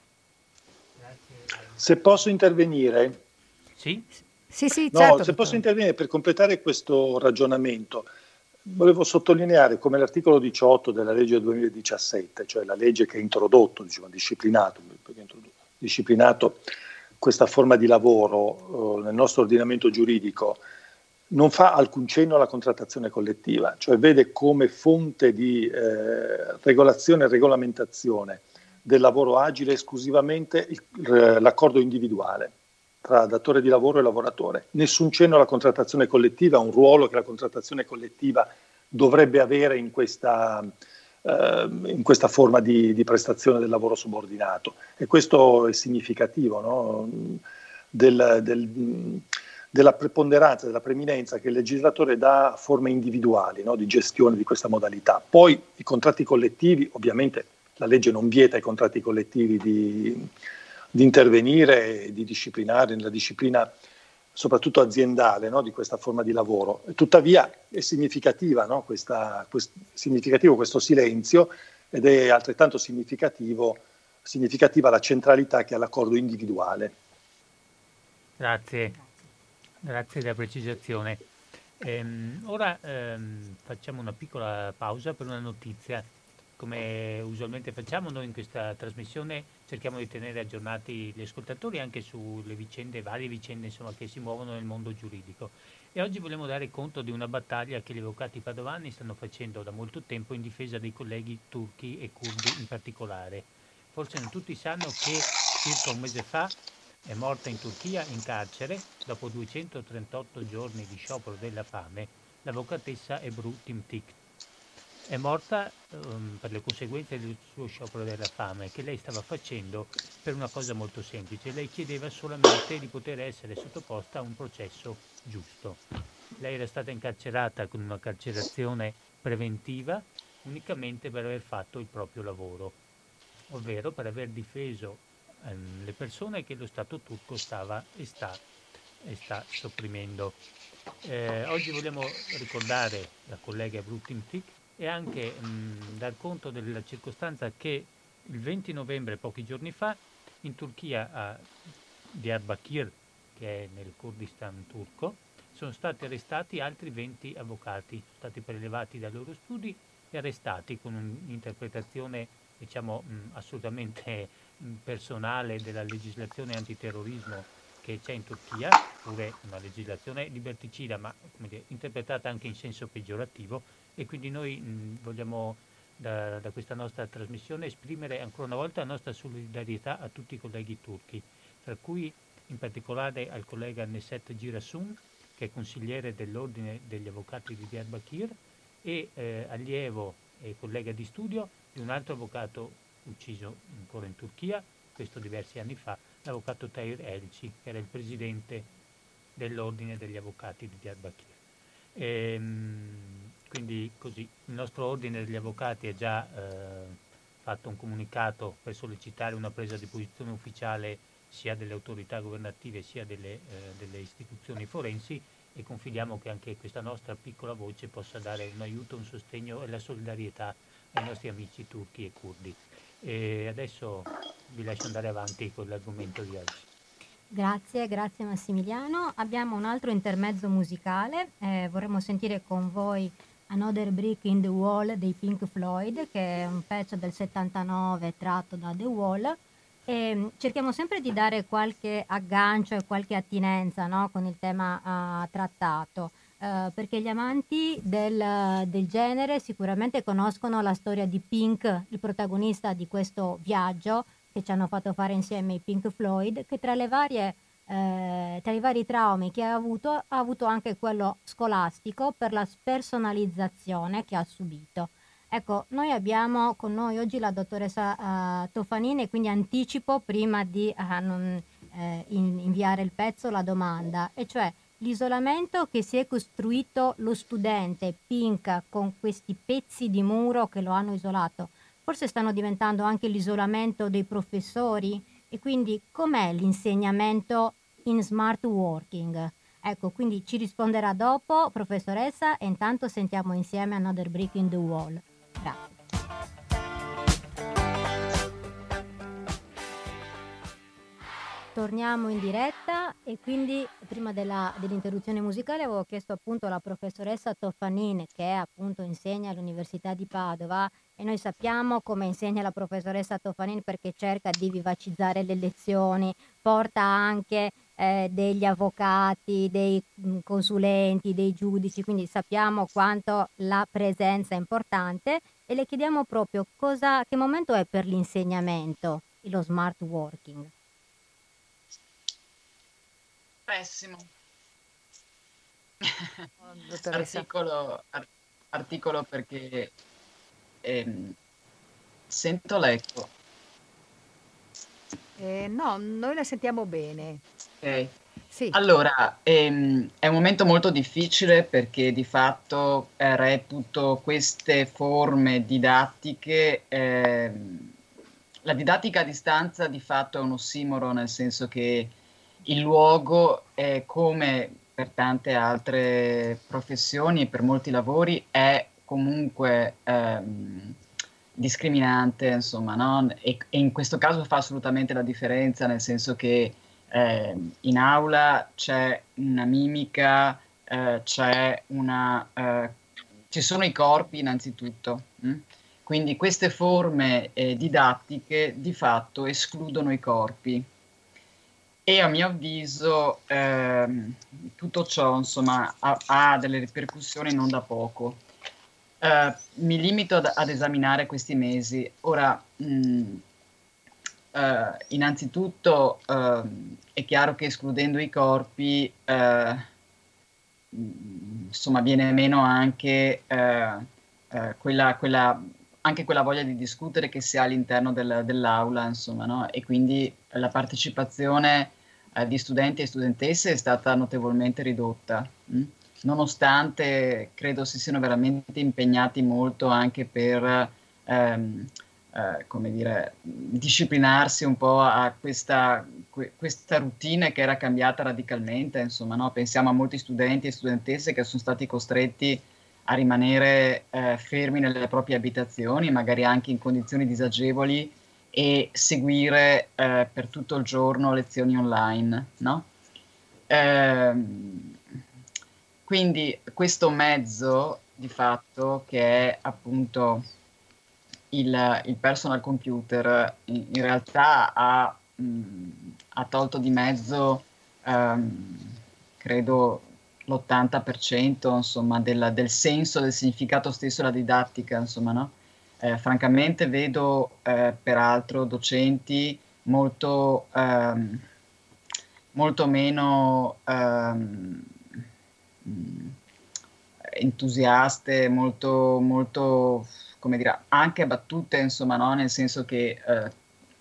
Se posso intervenire? Sì? Sì, sì, No, certo, se posso dottore. intervenire per completare questo ragionamento, volevo sottolineare come l'articolo diciotto della legge duemiladiciassette, cioè la legge che ha introdotto, diciamo, disciplinato, perché ha introdotto, disciplinato questa forma di lavoro eh, nel nostro ordinamento giuridico, non fa alcun cenno alla contrattazione collettiva, cioè vede come fonte di eh, regolazione e regolamentazione del lavoro agile esclusivamente il, l'accordo individuale tra datore di lavoro e lavoratore. Nessun cenno alla contrattazione collettiva, un ruolo che la contrattazione collettiva dovrebbe avere in questa, eh, in questa forma di, di prestazione del lavoro subordinato. E questo è significativo, no? del, del, della preponderanza, della preminenza che il legislatore dà a forme individuali, no? di gestione di questa modalità. Poi i contratti collettivi, ovviamente la legge non vieta ai contratti collettivi di di intervenire e di disciplinare nella disciplina soprattutto aziendale, no, di questa forma di lavoro. Tuttavia è significativa, no, questa, quest, significativo questo silenzio ed è altrettanto significativo, significativa la centralità che ha l'accordo individuale. Grazie, grazie della precisazione. Ehm, ora ehm, facciamo una piccola pausa per una notizia. Come usualmente facciamo noi in questa trasmissione, cerchiamo di tenere aggiornati gli ascoltatori anche sulle vicende, varie vicende insomma, che si muovono nel mondo giuridico. E oggi vogliamo dare conto di una battaglia che gli avvocati padovani stanno facendo da molto tempo in difesa dei colleghi turchi e curdi in particolare. Forse non tutti sanno che circa un mese fa è morta in Turchia in carcere, dopo duecentotrentotto giorni di sciopero della fame, l'avvocatessa Ebru Timtik. È morta um, per le conseguenze del suo sciopero della fame che lei stava facendo per una cosa molto semplice. Lei chiedeva solamente di poter essere sottoposta a un processo giusto. Lei era stata incarcerata con una carcerazione preventiva unicamente per aver fatto il proprio lavoro, ovvero per aver difeso ehm, le persone che lo Stato turco stava e sta, e sta sopprimendo. Eh, oggi vogliamo ricordare la collega Ebru Timtik e anche mh, dar conto della circostanza che il venti novembre, pochi giorni fa, in Turchia, a Diyarbakir, che è nel Kurdistan turco, sono stati arrestati altri venti avvocati, sono stati prelevati dai loro studi e arrestati con un'interpretazione diciamo mh, assolutamente mh, personale della legislazione antiterrorismo che c'è in Turchia, pure una legislazione liberticida, ma come dire, interpretata anche in senso peggiorativo, e quindi noi mh, vogliamo da, da questa nostra trasmissione esprimere ancora una volta la nostra solidarietà a tutti i colleghi turchi, tra cui in particolare al collega Neset Girasun, che è consigliere dell'Ordine degli Avvocati di Diyarbakir e eh, allievo e collega di studio di un altro avvocato ucciso ancora in Turchia, questo diversi anni fa, l'avvocato Tahir Elci, che era il presidente dell'Ordine degli Avvocati di Diyarbakir. Ehm, quindi così, il nostro Ordine degli Avvocati ha già eh, fatto un comunicato per sollecitare una presa di posizione ufficiale sia delle autorità governative sia delle, eh, delle istituzioni forensi, e confidiamo che anche questa nostra piccola voce possa dare un aiuto, un sostegno e la solidarietà ai nostri amici turchi e curdi. E adesso vi lascio andare avanti con l'argomento di oggi. Grazie, grazie Massimiliano. Abbiamo un altro intermezzo musicale, eh, vorremmo sentire con voi Another Brick in the Wall dei Pink Floyd, che è un pezzo del settantanove tratto da The Wall. E cerchiamo sempre di dare qualche aggancio e qualche attinenza, no, con il tema uh, trattato, uh, perché gli amanti del, del genere sicuramente conoscono la storia di Pink, il protagonista di questo viaggio che ci hanno fatto fare insieme i Pink Floyd, che tra le varie eh, tra i vari traumi che ha avuto ha avuto anche quello scolastico per la spersonalizzazione che ha subito. Ecco, noi abbiamo con noi oggi la dottoressa uh, Tofanini, e quindi anticipo prima di uh, non, eh, in, inviare il pezzo la domanda, e cioè l'isolamento che si è costruito lo studente Pink con questi pezzi di muro che lo hanno isolato, forse stanno diventando anche l'isolamento dei professori? E quindi com'è l'insegnamento in smart working? Ecco, quindi ci risponderà dopo, professoressa, e intanto sentiamo insieme Another Brick in the Wall. Grazie. Torniamo in diretta e quindi prima della, dell'interruzione musicale avevo chiesto appunto alla professoressa Toffanin, che appunto insegna all'Università di Padova, e noi sappiamo come insegna la professoressa Toffanin perché cerca di vivacizzare le lezioni, porta anche eh, degli avvocati, dei mh, consulenti, dei giudici, quindi sappiamo quanto la presenza è importante e le chiediamo proprio cosa, che momento è per l'insegnamento, lo smart working. Pessimo. Oh, dottoressa. Articolo, ar- articolo perché ehm, sento l'eco. Eh, no, noi la sentiamo bene. Ok. Sì, Allora, ehm, è un momento molto difficile perché di fatto eh, reputo queste forme didattiche, ehm, la didattica a distanza di fatto è un ossimoro, nel senso che il luogo, è come per tante altre professioni e per molti lavori, è comunque ehm, discriminante, insomma, no? E, e in questo caso fa assolutamente la differenza, nel senso che eh, in aula c'è una mimica, eh, c'è una, eh, ci sono i corpi innanzitutto. Mh? Quindi queste forme eh, didattiche di fatto escludono i corpi. E a mio avviso ehm, tutto ciò insomma ha, ha delle ripercussioni non da poco. Eh, mi limito ad, ad esaminare questi mesi. Ora, mh, eh, innanzitutto ehm, è chiaro che escludendo i corpi, eh, mh, insomma, viene meno anche, eh, eh, quella, quella, anche quella voglia di discutere che si ha all'interno del- dell'aula, insomma, no? E quindi la partecipazione eh, di studenti e studentesse è stata notevolmente ridotta, mh? Nonostante credo si siano veramente impegnati molto anche per ehm, eh, come dire, disciplinarsi un po' a questa, que- questa routine che era cambiata radicalmente, insomma, no? Pensiamo a molti studenti e studentesse che sono stati costretti a rimanere eh, fermi nelle proprie abitazioni, magari anche in condizioni disagevoli, e seguire eh, per tutto il giorno lezioni online, no? Ehm, quindi questo mezzo di fatto che è appunto il, il personal computer in, in realtà ha, mh, ha tolto di mezzo ehm, credo l'ottanta per cento insomma del, del senso, del significato stesso della didattica, insomma, no? Eh, francamente vedo eh, peraltro docenti molto, ehm, molto meno ehm, mh, entusiaste, molto, molto, come dire, anche battute, insomma, no? Nel senso che eh,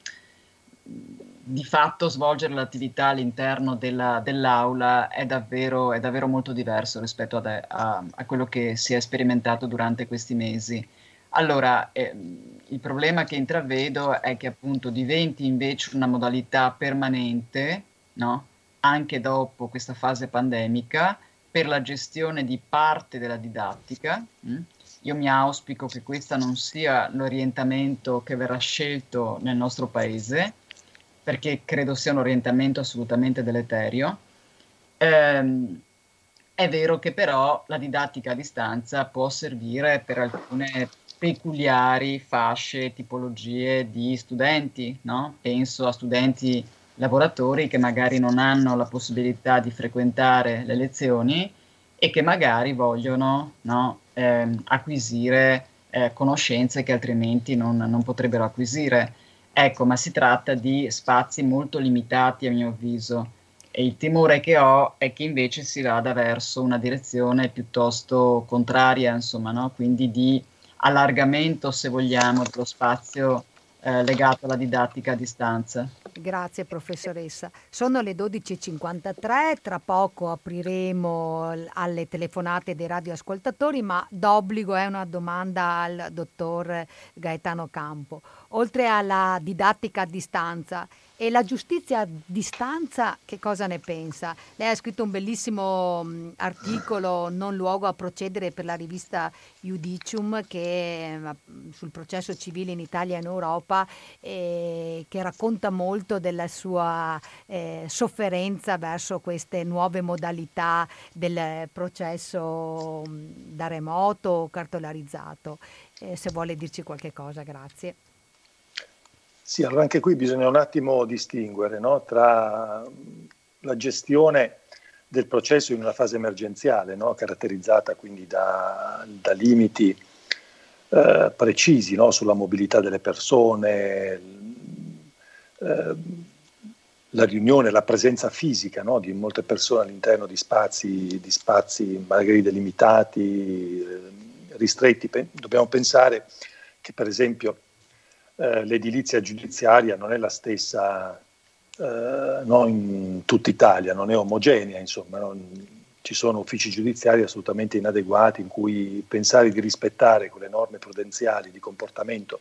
di fatto svolgere l'attività all'interno della- dell'aula è davvero, è davvero molto diverso rispetto ad- a, a quello che si è sperimentato durante questi mesi. Allora, ehm, il problema che intravedo è che appunto diventi invece una modalità permanente, no? Anche dopo questa fase pandemica, per la gestione di parte della didattica. mh? Io mi auspico che questo non sia l'orientamento che verrà scelto nel nostro paese, perché credo sia un orientamento assolutamente deleterio. Ehm, è vero che però la didattica a distanza può servire per alcune peculiari fasce, tipologie di studenti, no? Penso a studenti lavoratori che magari non hanno la possibilità di frequentare le lezioni e che magari vogliono, no, ehm, acquisire eh, conoscenze che altrimenti non, non potrebbero acquisire. Ecco, ma si tratta di spazi molto limitati a mio avviso. E il timore che ho è che invece si vada verso una direzione piuttosto contraria, insomma, no? Quindi di allargamento, se vogliamo, dello spazio eh, legato alla didattica a distanza. grazie professoressa. Sono le dodici e cinquantatré, tra poco apriremo l- alle telefonate dei radioascoltatori, ma d'obbligo è una domanda al dottor Gaetano Campo. oltre alla didattica a distanza. E la giustizia a distanza, che cosa ne pensa? Lei ha scritto un bellissimo mh, articolo, Non luogo a procedere, per la rivista Judicium, che eh, sul processo civile in Italia e in Europa, eh, che racconta molto della sua eh, sofferenza verso queste nuove modalità del processo mh, da remoto o cartolarizzato. Eh, se vuole dirci qualche cosa, grazie. Sì, allora anche qui bisogna un attimo distinguere, no, tra la gestione del processo in una fase emergenziale, no, caratterizzata quindi da, da limiti eh, precisi, no, sulla mobilità delle persone, eh, la riunione, la presenza fisica, no, di molte persone all'interno di spazi, di spazi magari delimitati, eh, ristretti. Pe- dobbiamo pensare che per esempio Uh, l'edilizia giudiziaria non è la stessa uh, no, in tutta Italia, non è omogenea, insomma, non, ci sono uffici giudiziari assolutamente inadeguati in cui pensare di rispettare quelle norme prudenziali di comportamento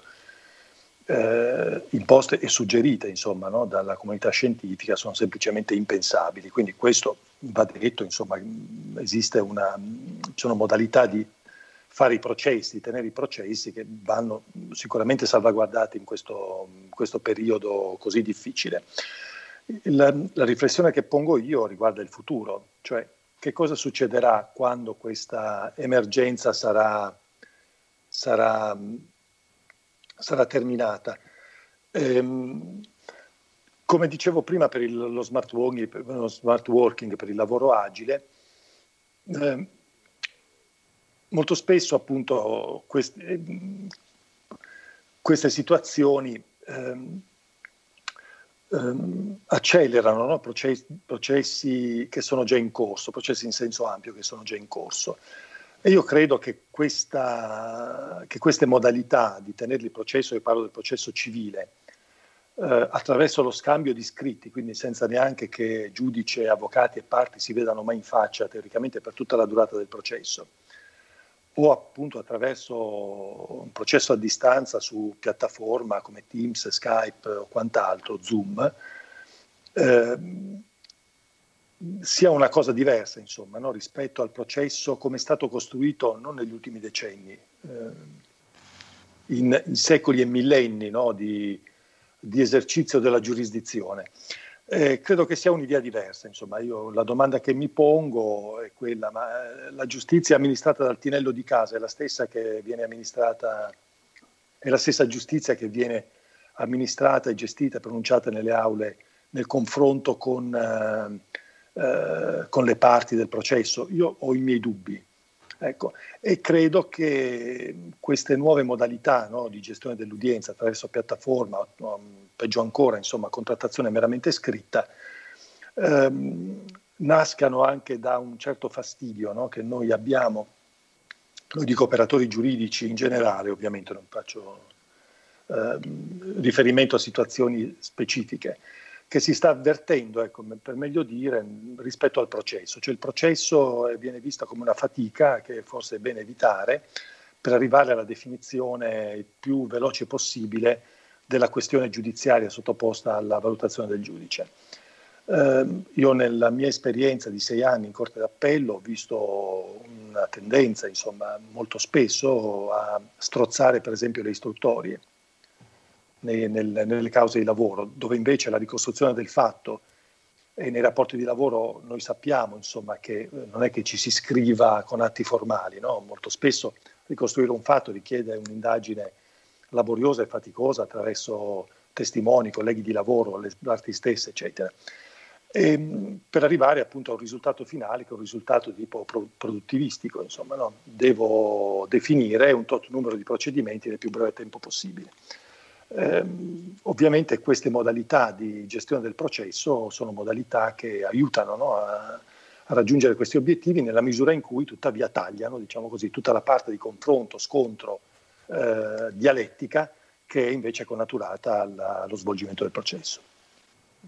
uh, imposte e suggerite, insomma, no, dalla comunità scientifica sono semplicemente impensabili. Quindi questo va detto, insomma, esiste una, ci sono modalità di fare i processi, tenere i processi che vanno sicuramente salvaguardati in questo, in questo periodo così difficile. La, la riflessione che pongo io riguarda il futuro, cioè che cosa succederà quando questa emergenza sarà, sarà, sarà terminata. Ehm, come dicevo prima, per il, lo, smart working, per lo smart working, per il lavoro agile, eh, molto spesso appunto queste, queste situazioni ehm, ehm, accelerano, no? processi, processi che sono già in corso, processi in senso ampio che sono già in corso. E io credo che, questa, che queste modalità di tenere il processo, io parlo del processo civile, eh, attraverso lo scambio di scritti, quindi senza neanche che giudice, avvocati e parti si vedano mai in faccia teoricamente per tutta la durata del processo, o appunto attraverso un processo a distanza su piattaforma come Teams, Skype o quant'altro, Zoom, eh, sia una cosa diversa, insomma, no? Rispetto al processo come è stato costruito non negli ultimi decenni, eh, in, in secoli e millenni, no? di, di esercizio della giurisdizione. Eh, credo che sia un'idea diversa, insomma, io la domanda che mi pongo è quella, ma la giustizia amministrata dal tinello di casa è la stessa che viene amministrata, è la stessa giustizia che viene amministrata e gestita, pronunciata nelle aule nel confronto con, eh, eh, con le parti del processo? Io ho i miei dubbi, ecco, e credo che queste nuove modalità, no, di gestione dell'udienza attraverso piattaforma, no, peggio ancora, insomma, contrattazione meramente scritta, ehm, nascano anche da un certo fastidio, no, che noi abbiamo, lo dico operatori giuridici in generale, ovviamente non faccio ehm, riferimento a situazioni specifiche, che si sta avvertendo, ecco, per meglio dire, rispetto al processo. Cioè il processo viene visto come una fatica che forse è bene evitare per arrivare alla definizione il più veloce possibile della questione giudiziaria sottoposta alla valutazione del giudice. Eh, io nella mia esperienza di sei anni in Corte d'Appello ho visto una tendenza, insomma, molto spesso a strozzare per esempio le istruttorie nei, nel, nelle cause di lavoro, dove invece la ricostruzione del fatto e nei rapporti di lavoro noi sappiamo, insomma, che non è che ci si scriva con atti formali, no? Molto spesso ricostruire un fatto richiede un'indagine laboriosa e faticosa attraverso testimoni, colleghi di lavoro, le parti stesse, eccetera, e, per arrivare appunto a un risultato finale che è un risultato di tipo pro- produttivistico, insomma, no? Devo definire un tot numero di procedimenti nel più breve tempo possibile. Eh, ovviamente queste modalità di gestione del processo sono modalità che aiutano, no, a, a raggiungere questi obiettivi nella misura in cui tuttavia tagliano, diciamo così, tutta la parte di confronto, scontro, eh, dialettica che è invece connaturata alla, allo svolgimento del processo.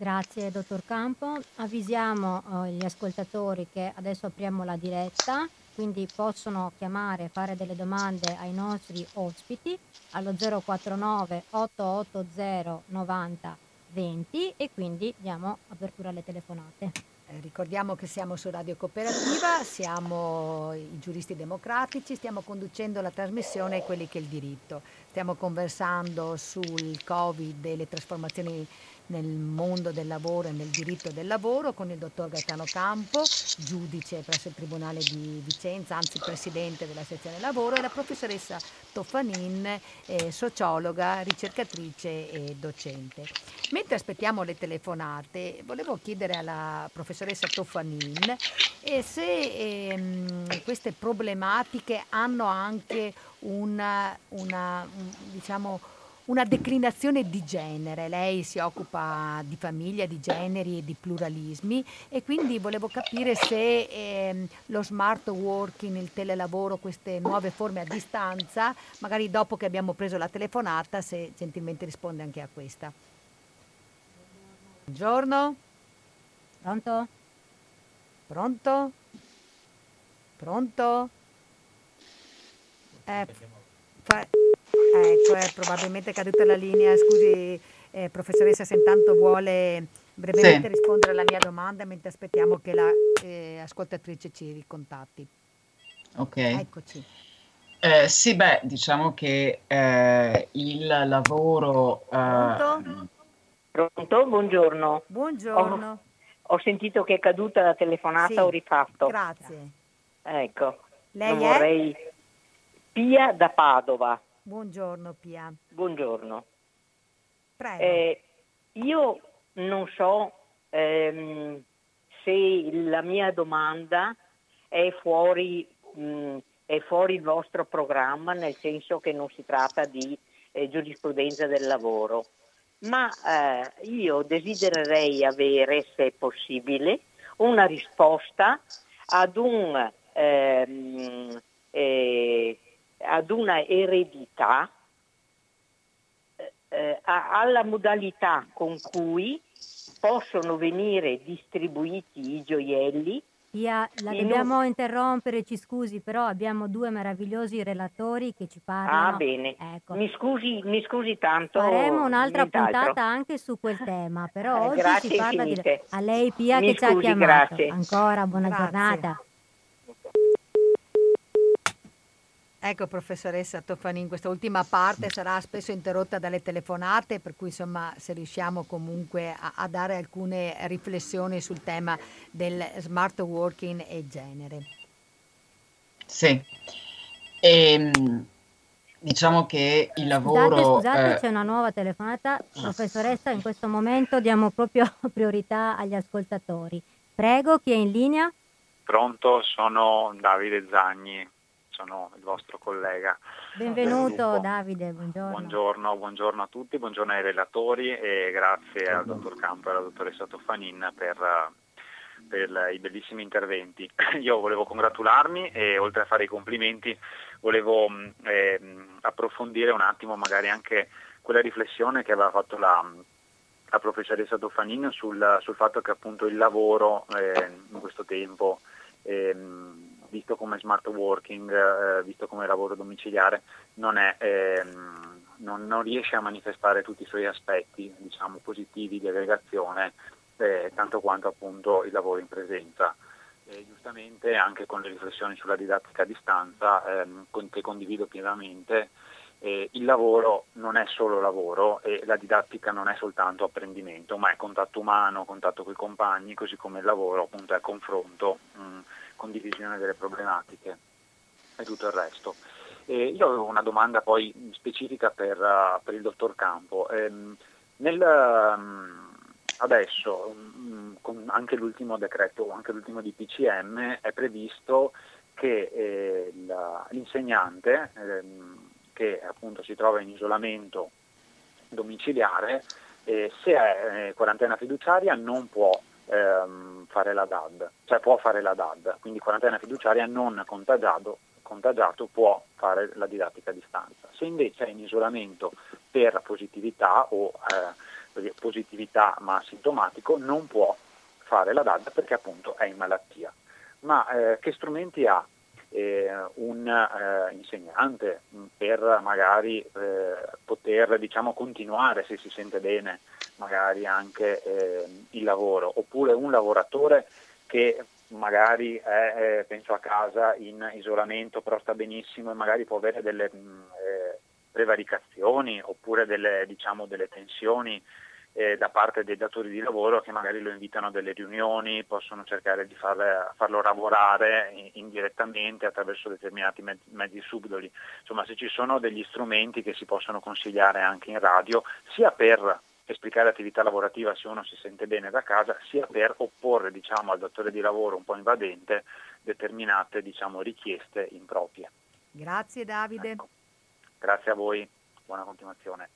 Grazie dottor Campo. Avvisiamo eh, gli ascoltatori che adesso apriamo la diretta quindi possono chiamare, fare delle domande ai nostri ospiti allo zero quattro nove otto otto zero novanta venti e quindi diamo apertura alle telefonate. Eh, ricordiamo che siamo su Radio Cooperativa, siamo i giuristi democratici, stiamo conducendo la trasmissione Quelli che è il diritto. Stiamo conversando sul Covid e le trasformazioni nel mondo del lavoro e nel diritto del lavoro con il dottor Gaetano Campo, giudice presso il Tribunale di Vicenza, anzi presidente della sezione lavoro, e la professoressa Toffanin, eh, sociologa, ricercatrice e docente. Mentre aspettiamo le telefonate, volevo chiedere alla professoressa Toffanin eh, se ehm, queste problematiche hanno anche una, una, un- diciamo, una declinazione di genere. Lei si occupa di famiglia, di generi e di pluralismi e quindi volevo capire se ehm, lo smart working, il telelavoro, queste nuove forme a distanza, magari dopo che abbiamo preso la telefonata, se gentilmente risponde anche a questa. Buongiorno, Pronto? pronto? Pronto? Eh, fa- ecco, è probabilmente caduta la linea. Scusi, eh, professoressa, se intanto vuole brevemente Sì, rispondere alla mia domanda mentre aspettiamo che la eh, ascoltatrice ci ricontatti. ok. Eccoci. Eh, sì, beh, diciamo che eh, il lavoro, Pronto? eh, Pronto? Buongiorno. Ho, Buongiorno. ho sentito che è caduta la telefonata, ho Sì, rifatto. grazie. Ecco, non Lei è? vorrei... Pia da Padova, Buongiorno Pia. buongiorno. Prego. Eh, io non so ehm, se la mia domanda è fuori, mh, è fuori il vostro programma, nel senso che non si tratta di eh, giurisprudenza del lavoro, ma eh, io desidererei avere, se è possibile, una risposta ad un ehm, eh, ad una eredità, eh, a- alla modalità con cui possono venire distribuiti i gioielli Pia, la in un... dobbiamo interrompere, ci scusi, però abbiamo due meravigliosi relatori che ci Ah, parlano. bene, Ecco, mi scusi, mi scusi tanto, faremo un'altra nient'altro. puntata anche su quel tema, però Eh, oggi si grazie parla di... infinite. A lei Pia Mi che ci ha scusi, chiamato. grazie. Ancora buona Grazie. giornata. Ecco, professoressa Toffanin, questa ultima parte sarà spesso interrotta dalle telefonate, per cui insomma se riusciamo comunque a, a dare alcune riflessioni sul tema del smart working e genere. sì. Ehm, diciamo che il Scusate, lavoro, scusate, eh, c'è una nuova telefonata. Professoressa, in questo momento diamo proprio priorità agli ascoltatori. Prego, chi è in linea? Pronto, sono Davide Zagni, sono il vostro collega del Benvenuto gruppo. Davide, buongiorno. Buongiorno, buongiorno a tutti, buongiorno ai relatori e grazie al dottor Campo e alla dottoressa Toffanin per, eh, per la- i bellissimi interventi. Io volevo congratularmi e oltre a fare i complimenti volevo mh, ehm, approfondire un attimo magari anche quella riflessione che aveva fatto la, la professoressa Toffanin sul, sul fatto che appunto il lavoro eh, in questo tempo, ehm, visto come smart working, eh, visto come lavoro domiciliare, non, è, ehm, non, non riesce a manifestare tutti i suoi aspetti, diciamo, positivi di aggregazione, eh, tanto quanto appunto il lavoro in presenza. E giustamente anche con le riflessioni sulla didattica a distanza, ehm, con, che condivido pienamente, eh, il lavoro non è solo lavoro e la didattica non è soltanto apprendimento, ma è contatto umano, contatto con i compagni, così come il lavoro appunto è confronto, mh, condivisione delle problematiche e tutto il resto. E io avevo una domanda poi specifica per, uh, per il dottor Campo. Ehm, nel, um, adesso, um, con anche l'ultimo decreto, anche l'ultimo D P C M, è previsto che eh, la, l'insegnante ehm, che appunto si trova in isolamento domiciliare, eh, se è eh, quarantena fiduciaria non può ehm, fare la D A D, cioè può fare la D A D, quindi quarantena fiduciaria non contagiato, contagiato può fare la didattica a distanza. Se invece è in isolamento per positività o eh, positività ma asintomatico non può fare la D A D perché appunto è in malattia. Ma eh, che strumenti ha eh, un eh, insegnante per magari eh, poter, diciamo, continuare, se si sente bene, magari anche eh, il lavoro, oppure un lavoratore che magari è, eh, penso a casa in isolamento, però sta benissimo e magari può avere delle mh, eh, prevaricazioni oppure delle, diciamo, delle tensioni eh, da parte dei datori di lavoro che magari lo invitano a delle riunioni, possono cercare di farle, farlo lavorare indirettamente attraverso determinati mezzi, mezzi subdoli. Insomma, se ci sono degli strumenti che si possono consigliare anche in radio, sia per esplicare attività lavorativa se uno si sente bene da casa, sia per opporre, diciamo, al datore di lavoro un po' invadente determinate, diciamo, richieste improprie. Grazie Davide. Ecco. Grazie a voi, buona continuazione.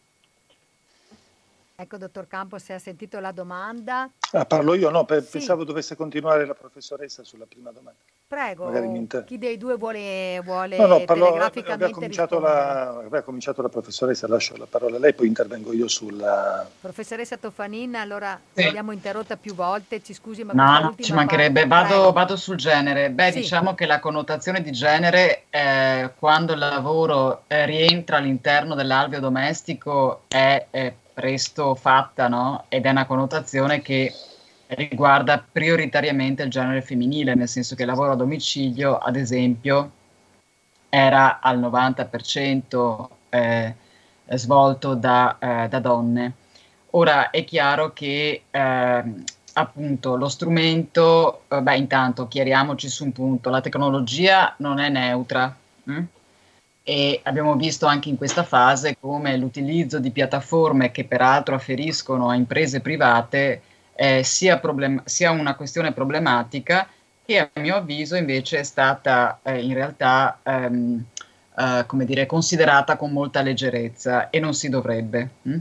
Ecco, dottor Campo, se ha sentito la domanda. Ah, parlo io? No, pe- Sì. pensavo dovesse continuare la professoressa sulla prima domanda. Prego, Magari mi inter- chi dei due vuole, vuole No, no, parlo, telegraficamente aveva cominciato, rispondere? la, aveva cominciato la professoressa, lascio la parola a lei, poi intervengo io sulla... Professoressa Toffanin, allora Sì. l'abbiamo interrotta più volte, ci scusi, ma No, questa no, ultima ci mancherebbe. parte- Vado, Prego. vado sul genere. Beh, Sì. diciamo che la connotazione di genere, eh, quando il lavoro eh, rientra all'interno dell'alveo domestico, è, è presto fatta, no? Ed è una connotazione che riguarda prioritariamente il genere femminile, nel senso che il lavoro a domicilio, ad esempio, era al novanta per cento eh, svolto da, eh, da donne. Ora è chiaro che ehm, appunto lo strumento, eh, beh, intanto chiariamoci su un punto, la tecnologia non è neutra, hm? E abbiamo visto anche in questa fase come l'utilizzo di piattaforme che peraltro afferiscono a imprese private eh, sia, problem- sia una questione problematica che a mio avviso invece è stata eh, in realtà ehm, eh, come dire, considerata con molta leggerezza e non si dovrebbe. hm?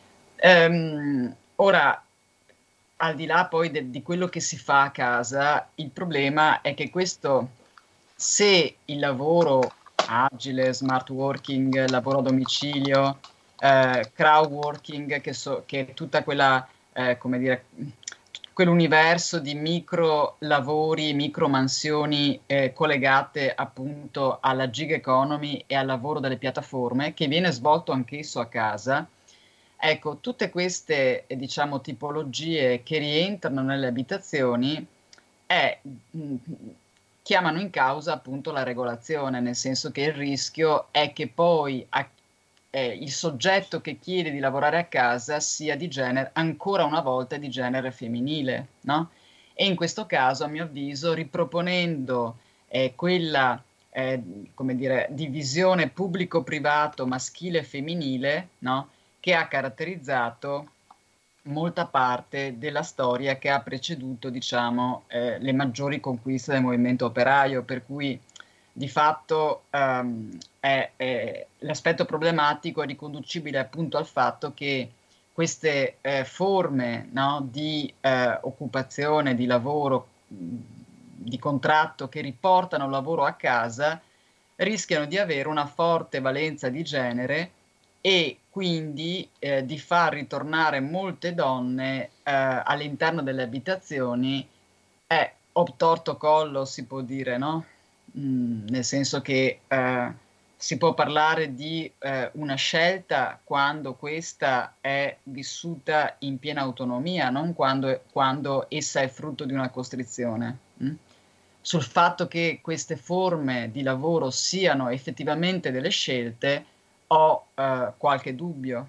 Ehm, ora, al di là poi de- di quello che si fa a casa, il problema è che questo, se il lavoro agile, smart working, lavoro a domicilio, eh, crowd working, che, so, che è tutta quella, eh, come dire, quell'universo di micro lavori, micro mansioni eh, collegate appunto alla gig economy e al lavoro delle piattaforme, che viene svolto anch'esso a casa. Ecco, tutte queste, eh, diciamo, tipologie che rientrano nelle abitazioni è, mh, chiamano in causa appunto la regolazione, nel senso che il rischio è che poi a, eh, il soggetto che chiede di lavorare a casa sia di genere, ancora una volta di genere femminile, no? E in questo caso, a mio avviso, riproponendo eh, quella, eh, come dire, divisione pubblico-privato, maschile e femminile, no? Che ha caratterizzato molta parte della storia che ha preceduto, diciamo, eh, le maggiori conquiste del movimento operaio, per cui di fatto um, è, è, l'aspetto problematico è riconducibile appunto al fatto che queste eh, forme, no, di eh, occupazione, di lavoro, di contratto che riportano il lavoro a casa rischiano di avere una forte valenza di genere e quindi eh, di far ritornare molte donne eh, all'interno delle abitazioni è obtorto collo, si può dire, no? Mm, nel senso che eh, si può parlare di eh, una scelta quando questa è vissuta in piena autonomia, non quando, quando essa è frutto di una costrizione. Mm? Sul fatto che queste forme di lavoro siano effettivamente delle scelte ho uh, qualche dubbio.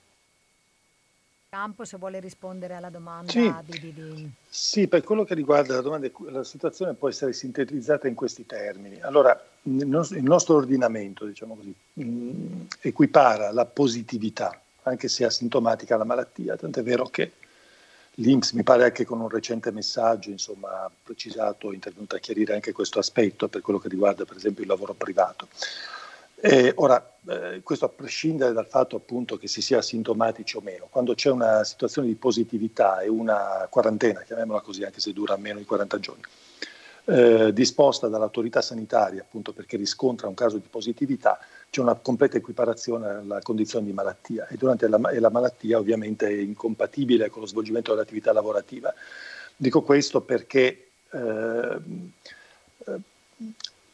Campo, se vuole rispondere alla domanda. Sì. Di, di, di... Sì, per quello che riguarda la domanda, la situazione può essere sintetizzata in questi termini. Allora, il nostro, il nostro ordinamento, diciamo così, mh, equipara la positività, anche se asintomatica, alla malattia, tant'è vero che l'I N P S mi pare anche con un recente messaggio, insomma, ha precisato, è intervenuto a chiarire anche questo aspetto per quello che riguarda per esempio il lavoro privato. Eh, ora, eh, questo a prescindere dal fatto appunto che si sia asintomatici o meno, quando c'è una situazione di positività e una quarantena, chiamiamola così, anche se dura meno di quaranta giorni, eh, disposta dall'autorità sanitaria appunto perché riscontra un caso di positività, c'è una completa equiparazione alla condizione di malattia e durante la, e la malattia ovviamente è incompatibile con lo svolgimento dell'attività lavorativa. Dico questo perché eh,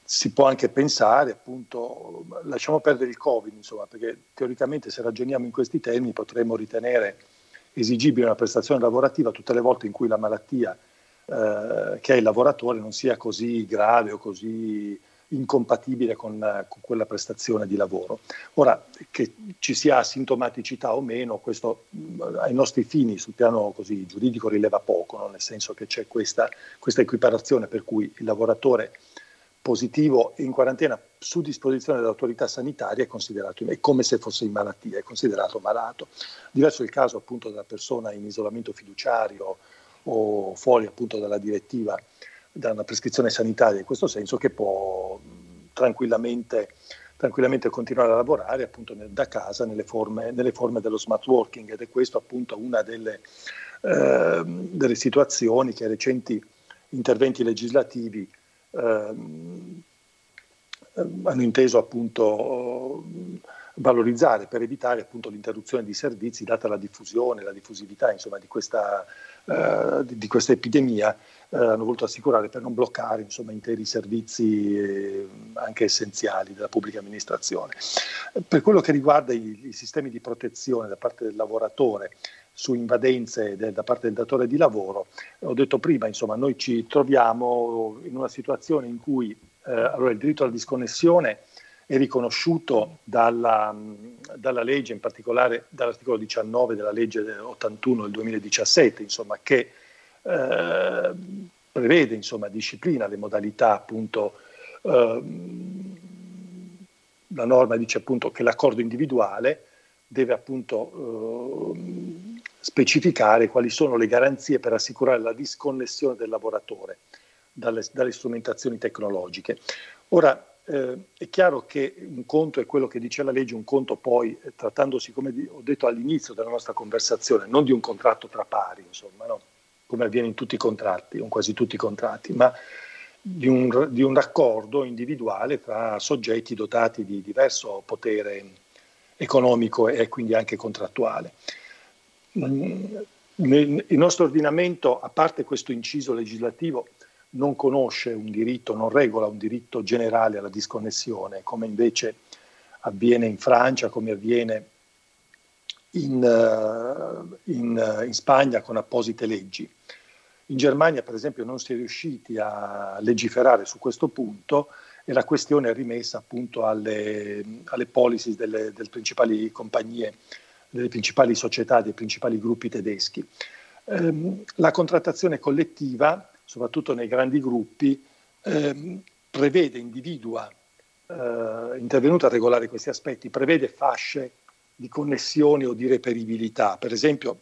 si può anche pensare, appunto, lasciamo perdere il Covid, insomma, perché teoricamente se ragioniamo in questi termini potremmo ritenere esigibile una prestazione lavorativa tutte le volte in cui la malattia eh, che ha il lavoratore non sia così grave o così incompatibile con, con quella prestazione di lavoro. Ora, che ci sia asintomaticità o meno, questo ai nostri fini sul piano così giuridico rileva poco, no? Nel senso che c'è questa, questa equiparazione per cui il lavoratore positivo in quarantena su disposizione dell'autorità sanitaria è considerato, è come se fosse in malattia, è considerato malato. Diverso il caso appunto della persona in isolamento fiduciario o fuori appunto dalla direttiva, da una prescrizione sanitaria in questo senso, che può tranquillamente, tranquillamente continuare a lavorare appunto nel, da casa nelle forme, nelle forme dello smart working, ed è questo appunto una delle, eh, delle situazioni che recenti interventi legislativi ehm, hanno inteso appunto valorizzare per evitare appunto l'interruzione di servizi data la diffusione, la diffusività insomma di questa, eh, di, di questa epidemia. Eh, hanno voluto assicurare per non bloccare insomma interi servizi eh, anche essenziali della pubblica amministrazione. Per quello che riguarda i, i sistemi di protezione da parte del lavoratore su invadenze del, da parte del datore di lavoro, ho detto prima, insomma, noi ci troviamo in una situazione in cui eh, allora il diritto alla disconnessione è riconosciuto dalla, dalla legge, in particolare dall'articolo diciannove della legge ottantuno del duemiladiciassette, insomma, che eh, prevede, insomma, disciplina le modalità, appunto, eh, la norma dice appunto che l'accordo individuale deve appunto eh, specificare quali sono le garanzie per assicurare la disconnessione del lavoratore dalle, dalle strumentazioni tecnologiche. Ora, Eh, è chiaro che un conto è quello che dice la legge, un conto poi, eh, trattandosi, come di, ho detto all'inizio della nostra conversazione, non di un contratto tra pari, insomma, no? Come avviene in tutti i contratti, o quasi tutti i contratti, ma di un, di un raccordo individuale tra soggetti dotati di diverso potere economico e quindi anche contrattuale. Mm, il nostro ordinamento, a parte questo inciso legislativo, non conosce un diritto, non regola un diritto generale alla disconnessione, come invece avviene in Francia, come avviene in, in, in Spagna con apposite leggi. In Germania, per esempio, non si è riusciti a legiferare su questo punto e la questione è rimessa appunto alle, alle policy delle, delle principali compagnie, delle principali società, dei principali gruppi tedeschi. Ehm, la contrattazione collettiva, soprattutto nei grandi gruppi, ehm, prevede, individua, eh, intervenuta a regolare questi aspetti, prevede fasce di connessione o di reperibilità. Per esempio,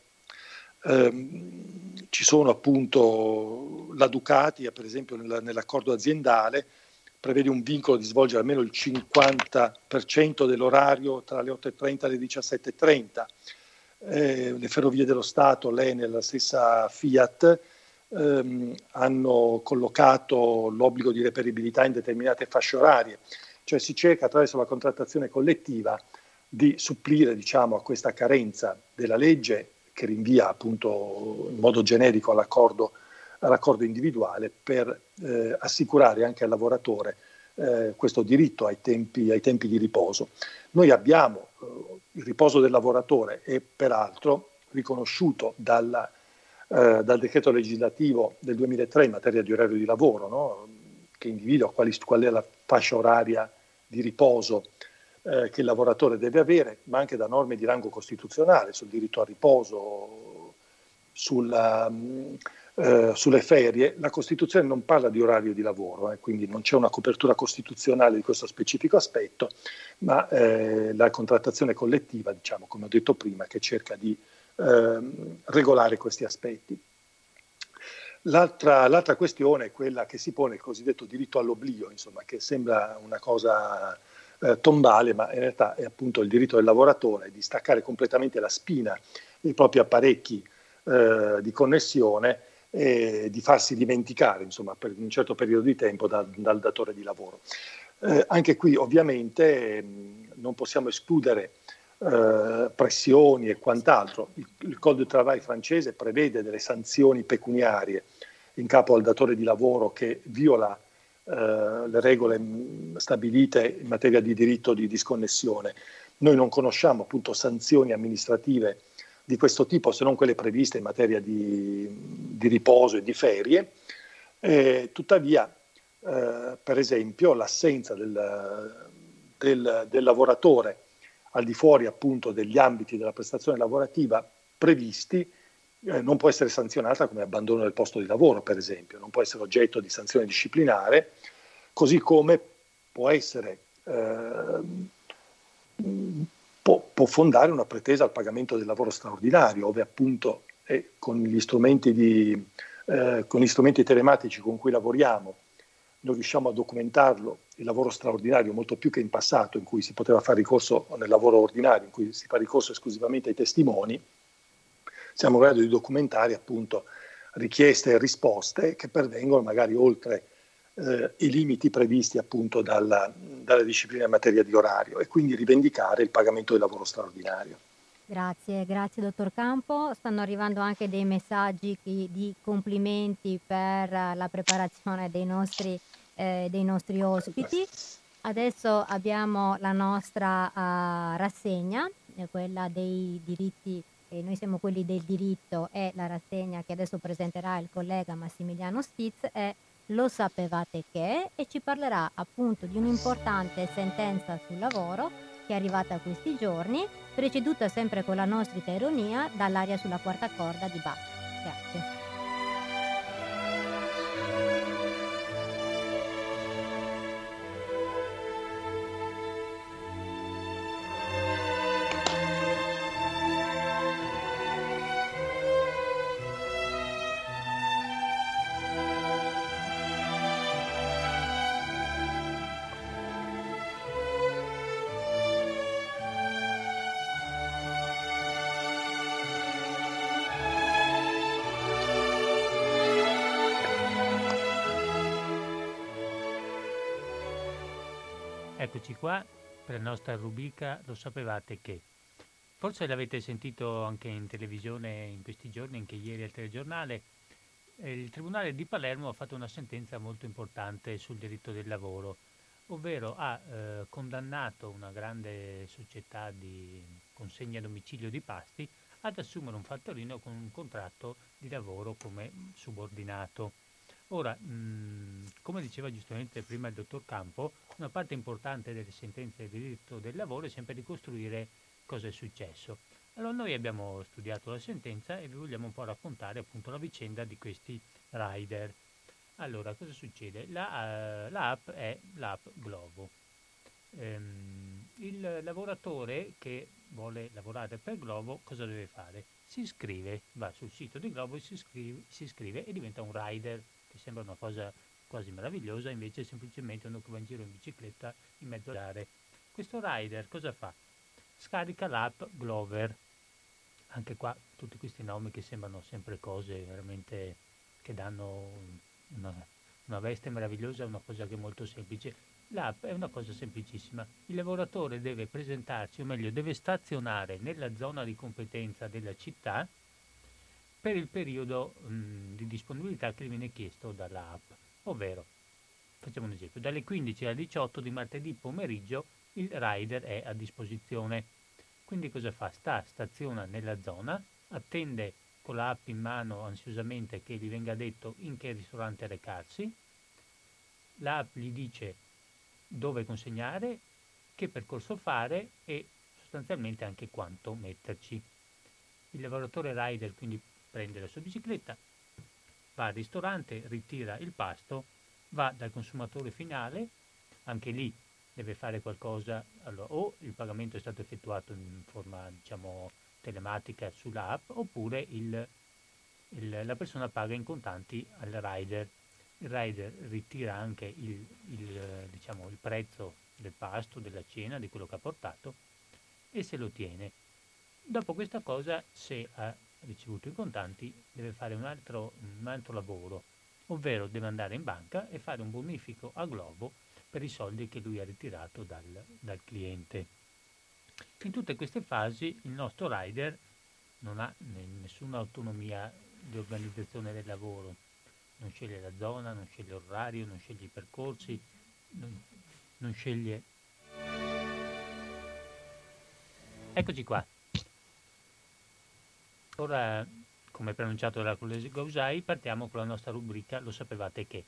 ehm, ci sono appunto la Ducati, per esempio nella, nell'accordo aziendale, prevede un vincolo di svolgere almeno il cinquanta per cento dell'orario tra le otto e trenta e le diciassette e trenta. Eh, le Ferrovie dello Stato, l'Enel, la stessa Fiat, Ehm, hanno collocato l'obbligo di reperibilità in determinate fasce orarie, cioè si cerca attraverso la contrattazione collettiva di supplire, diciamo, a questa carenza della legge che rinvia appunto in modo generico all'accordo, all'accordo individuale per eh, assicurare anche al lavoratore eh, questo diritto ai tempi, ai tempi di riposo. Noi abbiamo eh, il riposo del lavoratore è peraltro riconosciuto dalla Eh, dal decreto legislativo del duemilatré in materia di orario di lavoro, no? Che individua quali, qual è la fascia oraria di riposo eh, che il lavoratore deve avere, ma anche da norme di rango costituzionale sul diritto al riposo, sulla, eh, sulle ferie. La Costituzione non parla di orario di lavoro, eh, quindi non c'è una copertura costituzionale di questo specifico aspetto, ma eh, la contrattazione collettiva, diciamo, come ho detto prima, che cerca di Ehm, regolare questi aspetti. L'altra, l'altra questione è quella che si pone il cosiddetto diritto all'oblio, insomma, che sembra una cosa eh, tombale, ma in realtà è appunto il diritto del lavoratore di staccare completamente la spina dei propri apparecchi eh, di connessione e di farsi dimenticare, insomma, per un certo periodo di tempo da, dal datore di lavoro. Eh, anche qui ovviamente mh, non possiamo escludere Uh, pressioni e quant'altro. Il, il Code du Travail francese prevede delle sanzioni pecuniarie in capo al datore di lavoro che viola eh, le regole mh, stabilite in materia di diritto di disconnessione. Noi non conosciamo appunto sanzioni amministrative di questo tipo, se non quelle previste in materia di, di riposo e di ferie. Eh, tuttavia, eh, per esempio, l'assenza del, del, del lavoratore al di fuori appunto degli ambiti della prestazione lavorativa previsti eh, non può essere sanzionata come abbandono del posto di lavoro, per esempio, non può essere oggetto di sanzione disciplinare, così come può essere eh, può, può fondare una pretesa al pagamento del lavoro straordinario, dove appunto eh, con gli strumenti di, eh, con gli strumenti telematici con cui lavoriamo noi riusciamo a documentarlo, il lavoro straordinario, molto più che in passato, in cui si poteva fare ricorso nel lavoro ordinario, in cui si fa ricorso esclusivamente ai testimoni. Siamo in grado di documentare appunto richieste e risposte che pervengono magari oltre eh, i limiti previsti appunto dalla, dalla disciplina in materia di orario, e quindi rivendicare il pagamento del lavoro straordinario. Grazie, grazie dottor Campo. Stanno arrivando anche dei messaggi chi- di complimenti per eh, la preparazione dei nostri, eh, dei nostri ospiti. Adesso abbiamo la nostra eh, rassegna, eh, quella dei diritti, eh, noi siamo quelli del diritto, e la rassegna che adesso presenterà il collega Massimiliano Stiz è Lo sapevate che? E ci parlerà appunto di un'importante sentenza sul lavoro che è arrivata questi giorni, preceduta sempre con la nostra ironia dall'aria sulla quarta corda di Bach. Grazie. Eccoci qua per la nostra rubrica Lo sapevate che? Forse l'avete sentito anche in televisione in questi giorni, anche ieri al telegiornale. Eh, Il Tribunale di Palermo ha fatto una sentenza molto importante sul diritto del lavoro, ovvero ha eh, condannato una grande società di consegna a domicilio di pasti ad assumere un fattorino con un contratto di lavoro come subordinato. Ora, mh, come diceva giustamente prima il dottor Campo, una parte importante delle sentenze del diritto del lavoro è sempre ricostruire cosa è successo. Allora noi abbiamo studiato la sentenza e vi vogliamo un po' raccontare appunto la vicenda di questi rider. Allora, cosa succede? La, eh, l'app è l'app Glovo. Ehm, il lavoratore che vuole lavorare per Glovo cosa deve fare? Si iscrive, va sul sito di Glovo, si iscrive, si iscrive e diventa un rider, che sembra una cosa quasi meravigliosa, invece è semplicemente uno che va in giro in bicicletta in mezzo alle aree. Questo rider cosa fa? Scarica l'app Glover. Anche qua tutti questi nomi che sembrano sempre cose veramente che danno una, una veste meravigliosa, una cosa che è molto semplice. L'app è una cosa semplicissima. Il lavoratore deve presentarsi, o meglio, deve stazionare nella zona di competenza della città per il periodo mh, di disponibilità che gli viene chiesto dall'app, ovvero, facciamo un esempio, dalle quindici alle diciotto di martedì pomeriggio il rider è a disposizione. Quindi cosa fa? Sta, staziona nella zona, attende con l'app in mano ansiosamente che gli venga detto in che ristorante recarsi, l'app gli dice dove consegnare, che percorso fare e sostanzialmente anche quanto metterci. Il lavoratore rider quindi prende la sua bicicletta, va al ristorante, ritira il pasto, va dal consumatore finale, anche lì deve fare qualcosa, allora, o il pagamento è stato effettuato in forma diciamo telematica sull'app, oppure il, il, la persona paga in contanti al rider. Il rider ritira anche il, il, diciamo, il prezzo del pasto, della cena, di quello che ha portato e se lo tiene. Dopo questa cosa, se ha ricevuto i contanti, deve fare un altro, un altro lavoro, ovvero deve andare in banca e fare un bonifico a Glovo per i soldi che lui ha ritirato dal, dal cliente. In tutte queste fasi il nostro rider non ha nessuna autonomia di organizzazione del lavoro, non sceglie la zona, non sceglie l'orario, non sceglie i percorsi, non, non sceglie... Eccoci qua. Ora, come pronunciato dalla collega Gausai, partiamo con la nostra rubrica Lo sapevate che.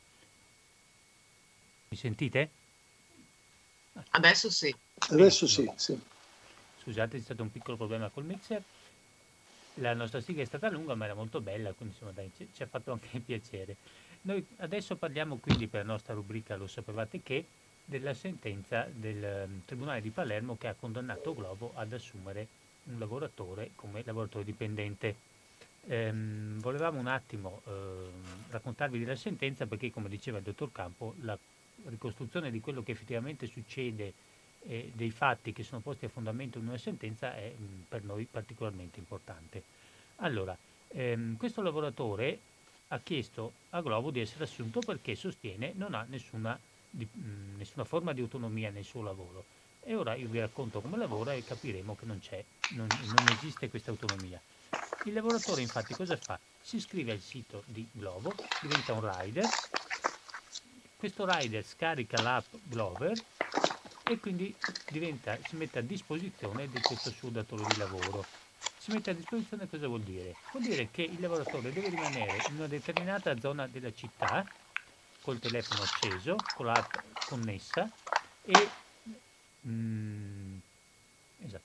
Mi sentite? Adesso sì. Adesso sì, sì. Scusate, c'è stato un piccolo problema col mixer. La nostra sigla è stata lunga, ma era molto bella, quindi insomma dai, ci, ci ha fatto anche piacere. Noi adesso parliamo quindi per la nostra rubrica Lo sapevate che della sentenza del um, Tribunale di Palermo che ha condannato Glovo ad assumere un lavoratore come lavoratore dipendente. Ehm, volevamo un attimo ehm, raccontarvi della sentenza perché, come diceva il dottor Campo, la ricostruzione di quello che effettivamente succede e dei fatti che sono posti a fondamento di una sentenza è mh, per noi particolarmente importante. Allora, ehm, questo lavoratore ha chiesto a Glovo di essere assunto perché sostiene non ha nessuna, di, mh, nessuna forma di autonomia nel suo lavoro. E ora io vi racconto come lavora e capiremo che non c'è, non, non esiste questa autonomia. Il lavoratore infatti cosa fa? Si iscrive al sito di Glovo, diventa un rider, questo rider scarica l'app Glover e quindi diventa, si mette a disposizione di questo suo datore di lavoro. Si mette a disposizione cosa vuol dire? Vuol dire che il lavoratore deve rimanere in una determinata zona della città, col telefono acceso, con l'app connessa e, mm, esatto,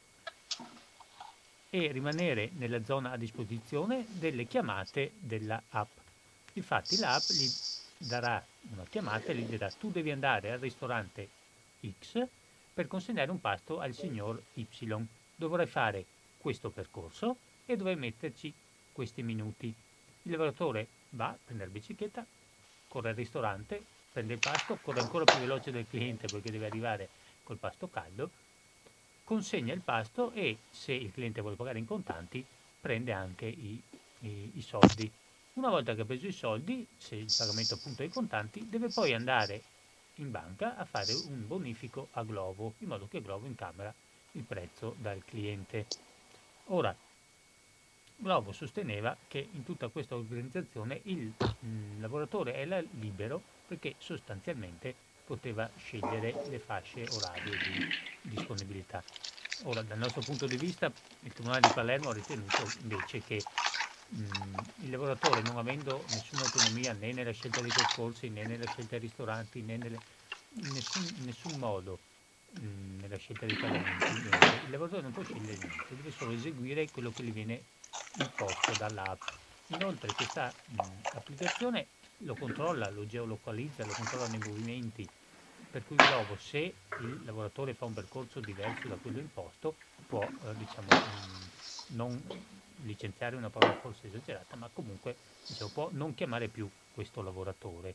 e rimanere nella zona a disposizione delle chiamate della app. Infatti l'app gli darà una chiamata e gli dirà tu devi andare al ristorante X per consegnare un pasto al signor Y. Dovrai fare questo percorso e dovrai metterci questi minuti. Il lavoratore va, prende la bicicletta, corre al ristorante, prende il pasto, corre ancora più veloce del cliente perché deve arrivare col pasto caldo, consegna il pasto e se il cliente vuole pagare in contanti prende anche i, i, i soldi. Una volta che ha preso i soldi, se il pagamento appunto è in contanti, deve poi andare in banca a fare un bonifico a Glovo, in modo che Glovo incamera il prezzo dal cliente. Ora, Glovo sosteneva che in tutta questa organizzazione il mh, lavoratore era libero perché sostanzialmente poteva scegliere le fasce orarie di disponibilità. Ora, dal nostro punto di vista, il Tribunale di Palermo ha ritenuto invece che mh, il lavoratore, non avendo nessuna autonomia né nella scelta dei percorsi, né nella scelta dei ristoranti, né nelle, in, nessun, in nessun modo mh, nella scelta dei pagamenti, niente, il lavoratore non può scegliere niente, deve solo eseguire quello che gli viene imposto dall'app. Inoltre questa mh, applicazione lo controlla, lo geolocalizza, lo controlla nei movimenti, per cui Glovo, se il lavoratore fa un percorso diverso da quello imposto, può eh, diciamo, mh, non licenziare una parola forse esagerata, ma comunque diciamo, può non chiamare più questo lavoratore.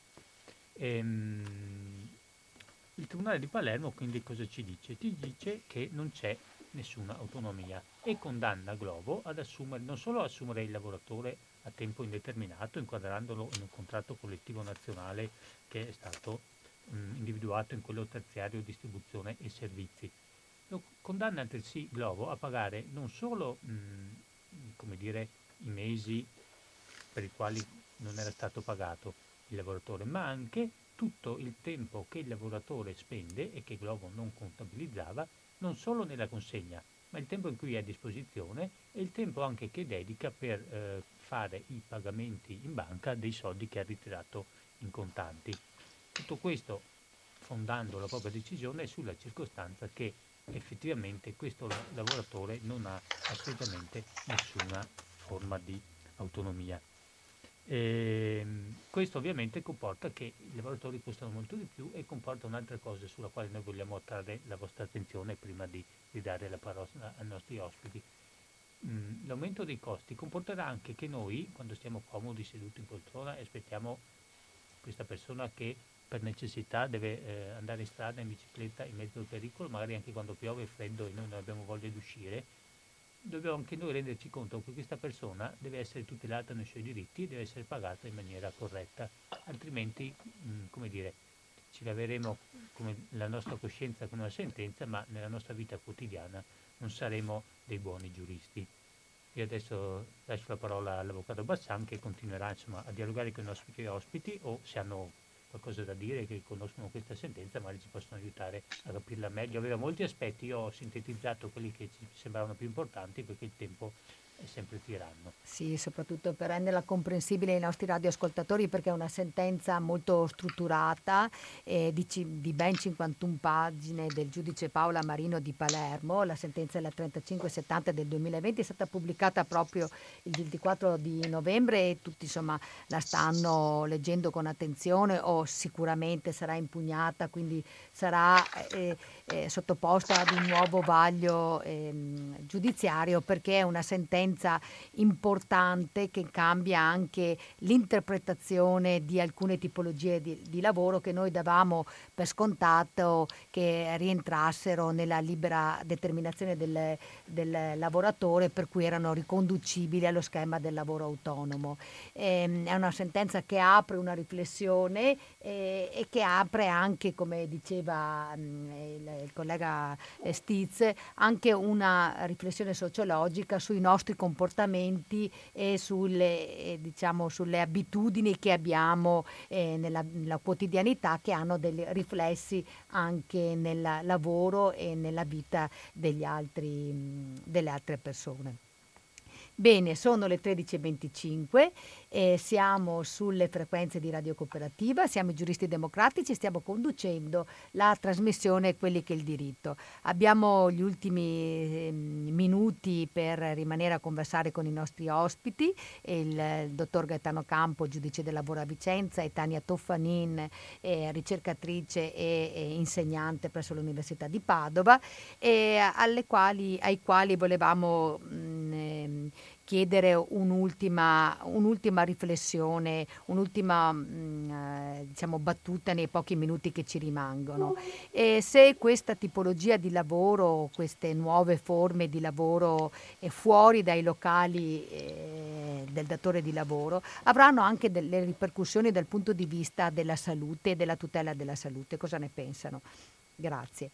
Ehm, il Tribunale di Palermo quindi cosa ci dice? Ci dice che non c'è nessuna autonomia e condanna Glovo ad assumere, non solo assumere il lavoratore a tempo indeterminato, inquadrandolo in un contratto collettivo nazionale che è stato mh, individuato in quello terziario distribuzione e servizi. Lo condanna altresì Glovo a pagare non solo mh, come dire, i mesi per i quali non era stato pagato il lavoratore, ma anche tutto il tempo che il lavoratore spende e che Glovo non contabilizzava, non solo nella consegna, ma il tempo in cui è a disposizione e il tempo anche che dedica per eh, fare i pagamenti in banca dei soldi che ha ritirato in contanti. Tutto questo fondando la propria decisione sulla circostanza che effettivamente questo lavoratore non ha assolutamente nessuna forma di autonomia. E questo ovviamente comporta che i lavoratori costano molto di più e comporta un'altra cosa sulla quale noi vogliamo attrarre la vostra attenzione prima di, di dare la parola ai nostri ospiti. Mm, l'aumento dei costi comporterà anche che noi, quando stiamo comodi seduti in poltrona e aspettiamo questa persona che per necessità deve eh, andare in strada in bicicletta in mezzo al pericolo, magari anche quando piove e freddo e noi non abbiamo voglia di uscire, dobbiamo anche noi renderci conto che questa persona deve essere tutelata nei suoi diritti e deve essere pagata in maniera corretta, altrimenti, mh, come dire, ci laveremo come la nostra coscienza con una sentenza, ma nella nostra vita quotidiana non saremo dei buoni giuristi. Io adesso lascio la parola all'avvocato Bassan che continuerà insomma, a dialogare con i nostri ospiti o se hanno qualcosa da dire che conoscono questa sentenza magari ci possono aiutare a capirla meglio. Aveva molti aspetti, io ho sintetizzato quelli che ci sembravano più importanti perché il tempo è sempre tiranno. Sì, soprattutto per renderla comprensibile ai nostri radioascoltatori perché è una sentenza molto strutturata eh, di, ci- di ben cinquantuno pagine del giudice Paola Marino di Palermo. La sentenza è la trentacinque settanta del duemilaventi, è stata pubblicata proprio il ventiquattro di novembre e tutti insomma la stanno leggendo con attenzione o sicuramente sarà impugnata, quindi sarà eh, eh, sottoposta ad un nuovo vaglio ehm, giudiziario perché è una sentenza importante che cambia anche l'interpretazione di alcune tipologie di, di lavoro che noi davamo per scontato che rientrassero nella libera determinazione del, del lavoratore, per cui erano riconducibili allo schema del lavoro autonomo. Ehm, è una sentenza che apre una riflessione eh, e che apre anche, come diceva mh, il, il collega eh, Stiz, anche una riflessione sociologica sui nostri comportamenti e sulle, eh, diciamo, sulle abitudini che abbiamo eh, nella, nella quotidianità, che hanno dei riflessi anche nel lavoro e nella vita degli altri, mh, delle altre persone. Bene, sono le tredici e venticinque, eh, siamo sulle frequenze di Radio Cooperativa, siamo i giuristi democratici, stiamo conducendo la trasmissione Quelli che il diritto. Abbiamo gli ultimi eh, minuti per rimanere a conversare con i nostri ospiti, il, il dottor Gaetano Campo, giudice del lavoro a Vicenza, e Tania Toffanin, eh, ricercatrice e, e insegnante presso l'Università di Padova, e alle quali, ai quali volevamo mh, ehm, chiedere un'ultima, un'ultima riflessione, un'ultima mh, eh, diciamo, battuta nei pochi minuti che ci rimangono. E se questa tipologia di lavoro, queste nuove forme di lavoro eh, fuori dai locali eh, del datore di lavoro, avranno anche delle ripercussioni dal punto di vista della salute e della tutela della salute. Cosa ne pensano? Grazie.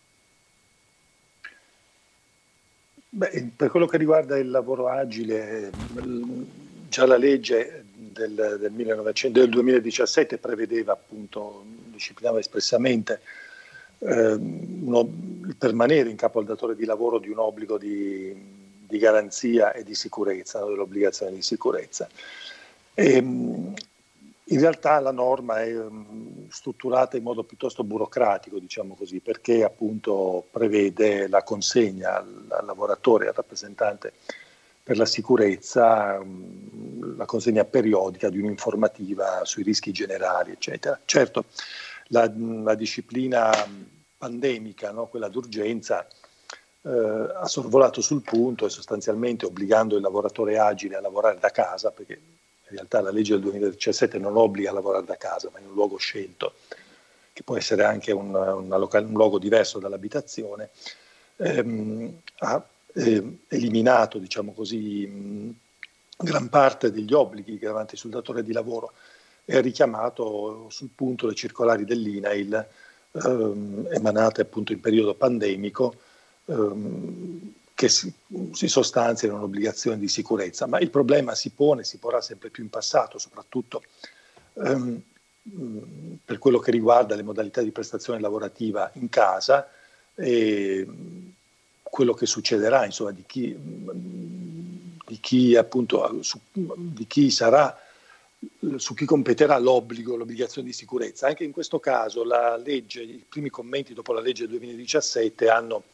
Beh, per quello che riguarda il lavoro agile, già la legge del, del, millenovecento, del duemiladiciassette prevedeva appunto, disciplinava espressamente eh, uno, il permanere in capo al datore di lavoro di un obbligo di, di garanzia e di sicurezza, no, dell'obbligazione di sicurezza. E, in realtà la norma è um, strutturata in modo piuttosto burocratico, diciamo così, perché appunto prevede la consegna al, al lavoratore, al rappresentante per la sicurezza, um, la consegna periodica di un'informativa sui rischi generali, eccetera. Certo, la, la disciplina pandemica, no, quella d'urgenza, eh, ha sorvolato sul punto e sostanzialmente obbligando il lavoratore agile a lavorare da casa, perché in realtà la legge del duemiladiciassette non obbliga a lavorare da casa, ma in un luogo scelto, che può essere anche un, una local, un luogo diverso dall'abitazione, ehm, ha eh, eliminato, diciamo così, mh, gran parte degli obblighi gravanti sul datore di lavoro e ha richiamato sul punto le circolari dell'I N A I L ehm, emanate appunto in periodo pandemico, ehm, che si, si sostanzia in un'obbligazione di sicurezza, ma il problema si pone, si porrà sempre più in passato, soprattutto ehm, per quello che riguarda le modalità di prestazione lavorativa in casa e quello che succederà, insomma, di chi, di chi appunto, su, di chi sarà, su chi competerà l'obbligo, l'obbligazione di sicurezza. Anche in questo caso la legge, i primi commenti dopo la legge del duemiladiciassette hanno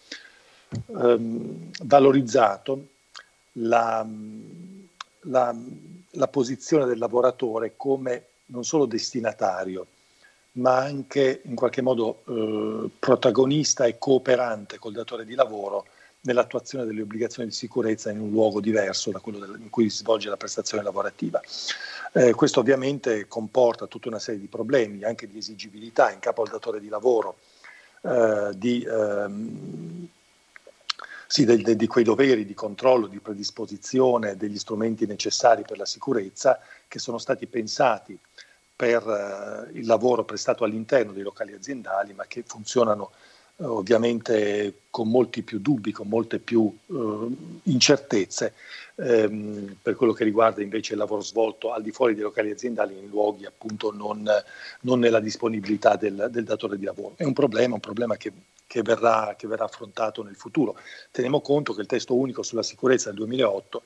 Ehm, valorizzato la, la, la posizione del lavoratore come non solo destinatario, ma anche in qualche modo eh, protagonista e cooperante col datore di lavoro nell'attuazione delle obbligazioni di sicurezza in un luogo diverso da quello del, in cui si svolge la prestazione lavorativa. Eh, questo ovviamente comporta tutta una serie di problemi, anche di esigibilità in capo al datore di lavoro, eh, di ehm, Sì, de, de, di quei doveri di controllo, di predisposizione degli strumenti necessari per la sicurezza che sono stati pensati per uh, il lavoro prestato all'interno dei locali aziendali, ma che funzionano ovviamente con molti più dubbi, con molte più eh, incertezze ehm, per quello che riguarda invece il lavoro svolto al di fuori dei locali aziendali in luoghi appunto non, non nella disponibilità del, del datore di lavoro. È un problema, un problema che, che, verrà, che verrà affrontato nel futuro. Teniamo conto che il testo unico sulla sicurezza del duemilaotto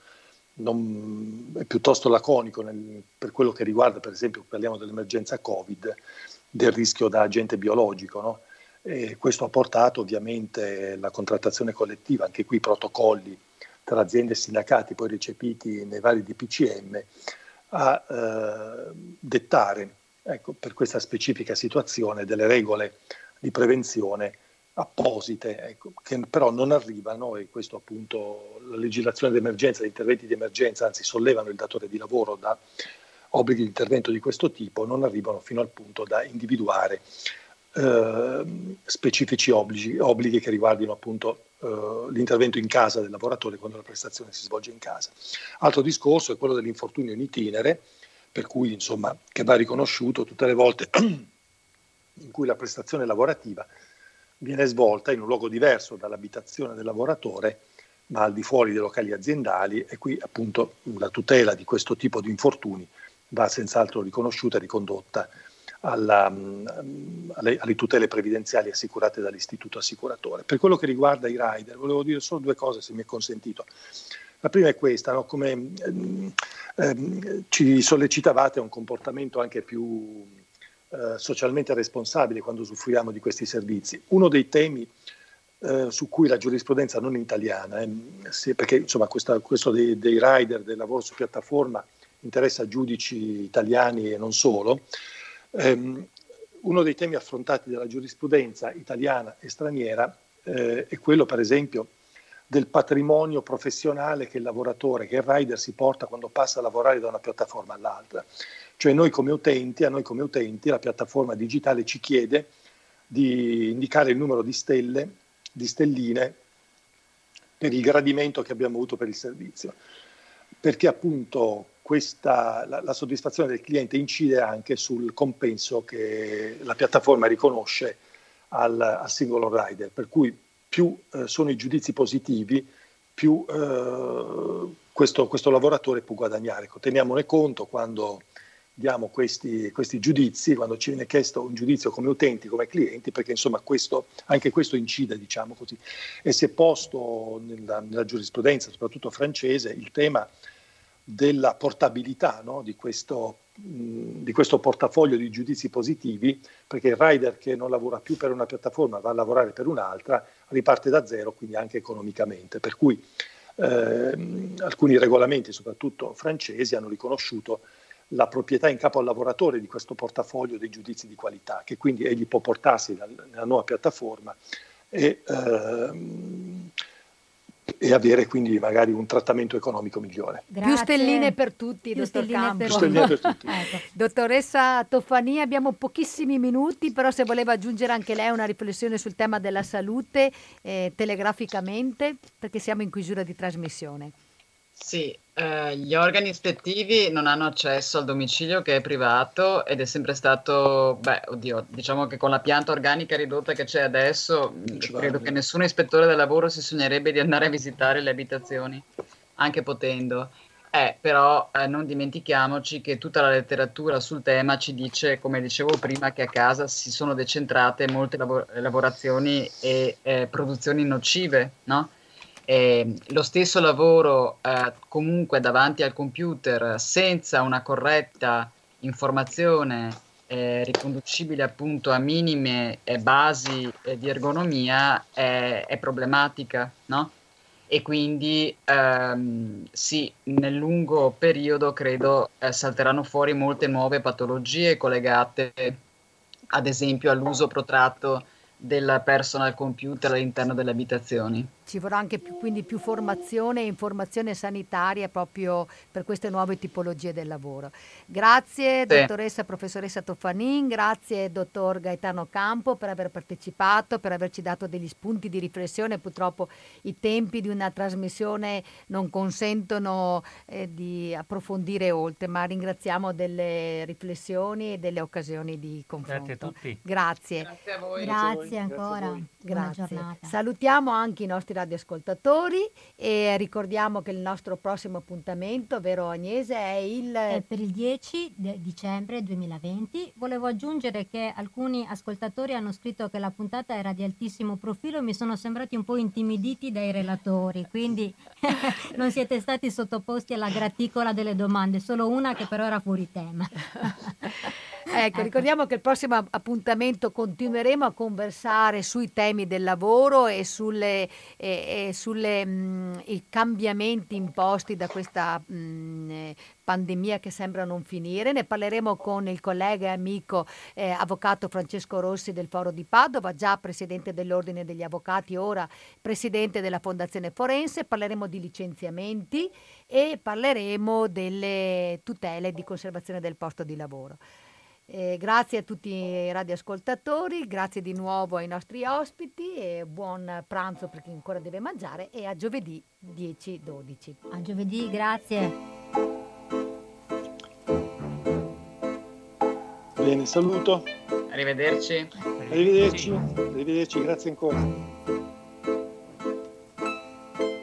non, è piuttosto laconico nel, per quello che riguarda, per esempio, parliamo dell'emergenza Covid, del rischio da agente biologico, no? E questo ha portato ovviamente la contrattazione collettiva, anche qui protocolli tra aziende e sindacati poi recepiti nei vari D P C M, a eh, dettare, ecco, per questa specifica situazione delle regole di prevenzione apposite, ecco, che però non arrivano, e questo appunto la legislazione d'emergenza, gli interventi di emergenza, anzi sollevano il datore di lavoro da obblighi di intervento di questo tipo, non arrivano fino al punto da individuare eh, specifici obblighi, obblighi che riguardino appunto eh, l'intervento in casa del lavoratore quando la prestazione si svolge in casa. Altro discorso è quello dell'infortunio in itinere, per cui insomma che va riconosciuto tutte le volte in cui la prestazione lavorativa viene svolta in un luogo diverso dall'abitazione del lavoratore, ma al di fuori dei locali aziendali, e qui appunto la tutela di questo tipo di infortuni va senz'altro riconosciuta e ricondotta alla, alle, alle tutele previdenziali assicurate dall'istituto assicuratore. Per quello che riguarda i rider, volevo dire solo due cose, se mi è consentito. La prima è questa, no? Come ehm, ehm, ci sollecitavate a un comportamento anche più eh, socialmente responsabile quando usufruiamo di questi servizi. Uno dei temi eh, su cui la giurisprudenza non italiana, eh, se, perché insomma questa, questo dei, dei rider, del lavoro su piattaforma, interessa giudici italiani e non solo. Um, uno dei temi affrontati dalla giurisprudenza italiana e straniera eh, è quello, per esempio, del patrimonio professionale che il lavoratore, che il rider si porta quando passa a lavorare da una piattaforma all'altra. Cioè noi come utenti, a noi come utenti, la piattaforma digitale ci chiede di indicare il numero di stelle, di stelline, per il gradimento che abbiamo avuto per il servizio. Perché appunto questa, la, la soddisfazione del cliente incide anche sul compenso che la piattaforma riconosce al, al singolo rider, per cui più eh, sono i giudizi positivi, più eh, questo, questo lavoratore può guadagnare. Teniamone conto quando diamo questi, questi giudizi, quando ci viene chiesto un giudizio come utenti, come clienti, perché insomma questo, anche questo incide, diciamo così. E si è posto nella, nella giurisprudenza, soprattutto francese, il tema della portabilità, no? di, questo, mh, di questo portafoglio di giudizi positivi, perché il rider che non lavora più per una piattaforma va a lavorare per un'altra, riparte da zero, quindi anche economicamente. Per cui eh, alcuni regolamenti, soprattutto francesi, hanno riconosciuto la proprietà in capo al lavoratore di questo portafoglio dei giudizi di qualità, che quindi egli può portarsi nella nuova piattaforma e, ehm, e avere quindi magari un trattamento economico migliore. Grazie. Più stelline per tutti, Più dottor Campo. per Più stelline per tutti. Ecco. Dottoressa Toffanin, abbiamo pochissimi minuti, però se voleva aggiungere anche lei una riflessione sul tema della salute eh, telegraficamente, perché siamo in chiusura di trasmissione. Sì, eh, gli organi ispettivi non hanno accesso al domicilio che è privato ed è sempre stato, beh, oddio, diciamo che con la pianta organica ridotta che c'è adesso, credo che nessun ispettore del lavoro si sognerebbe di andare a visitare le abitazioni, anche potendo. Eh, però eh, non dimentichiamoci che tutta la letteratura sul tema ci dice, come dicevo prima, che a casa si sono decentrate molte lav- lavorazioni e eh, produzioni nocive, no? Eh, lo stesso lavoro eh, comunque davanti al computer senza una corretta informazione eh, riconducibile appunto a minime eh, basi eh, di ergonomia è, è problematica, no? E quindi ehm, sì, nel lungo periodo credo eh, salteranno fuori molte nuove patologie collegate ad esempio all'uso protratto del personal computer all'interno delle abitazioni. ci vorrà anche più, quindi più formazione e informazione sanitaria proprio per queste nuove tipologie del lavoro. Grazie Sì. dottoressa, professoressa Toffanin, grazie dottor Gaetano Campo per aver partecipato, per averci dato degli spunti di riflessione. Purtroppo i tempi di una trasmissione non consentono eh, di approfondire oltre, ma ringraziamo delle riflessioni e delle occasioni di confronto. Grazie a tutti. Grazie. Grazie a voi. Grazie a voi, Grazie grazie a ancora. voi. Buona Grazie. giornata. Salutiamo anche i nostri radioascoltatori e ricordiamo che il nostro prossimo appuntamento, vero Agnese, è il... È per il dieci de- dicembre duemilaventi. Volevo aggiungere che alcuni ascoltatori hanno scritto che la puntata era di altissimo profilo e mi sono sembrati un po' intimiditi dai relatori, quindi non siete stati sottoposti alla graticola delle domande, solo una che però era fuori tema. Ecco, ricordiamo che il prossimo app- appuntamento continueremo a conversare sui temi del lavoro e sulle, e, e sulle mh, i cambiamenti imposti da questa mh, eh, pandemia che sembra non finire. Ne parleremo con il collega e amico eh, avvocato Francesco Rossi del Foro di Padova, già presidente dell'Ordine degli Avvocati, ora presidente della Fondazione Forense. Parleremo di licenziamenti e parleremo delle tutele di conservazione del posto di lavoro. Eh, grazie a tutti i radioascoltatori, grazie di nuovo ai nostri ospiti e buon pranzo per chi ancora deve mangiare e a giovedì dieci dodici. A giovedì, grazie. Bene, saluto. Arrivederci. Arrivederci, arrivederci, grazie ancora.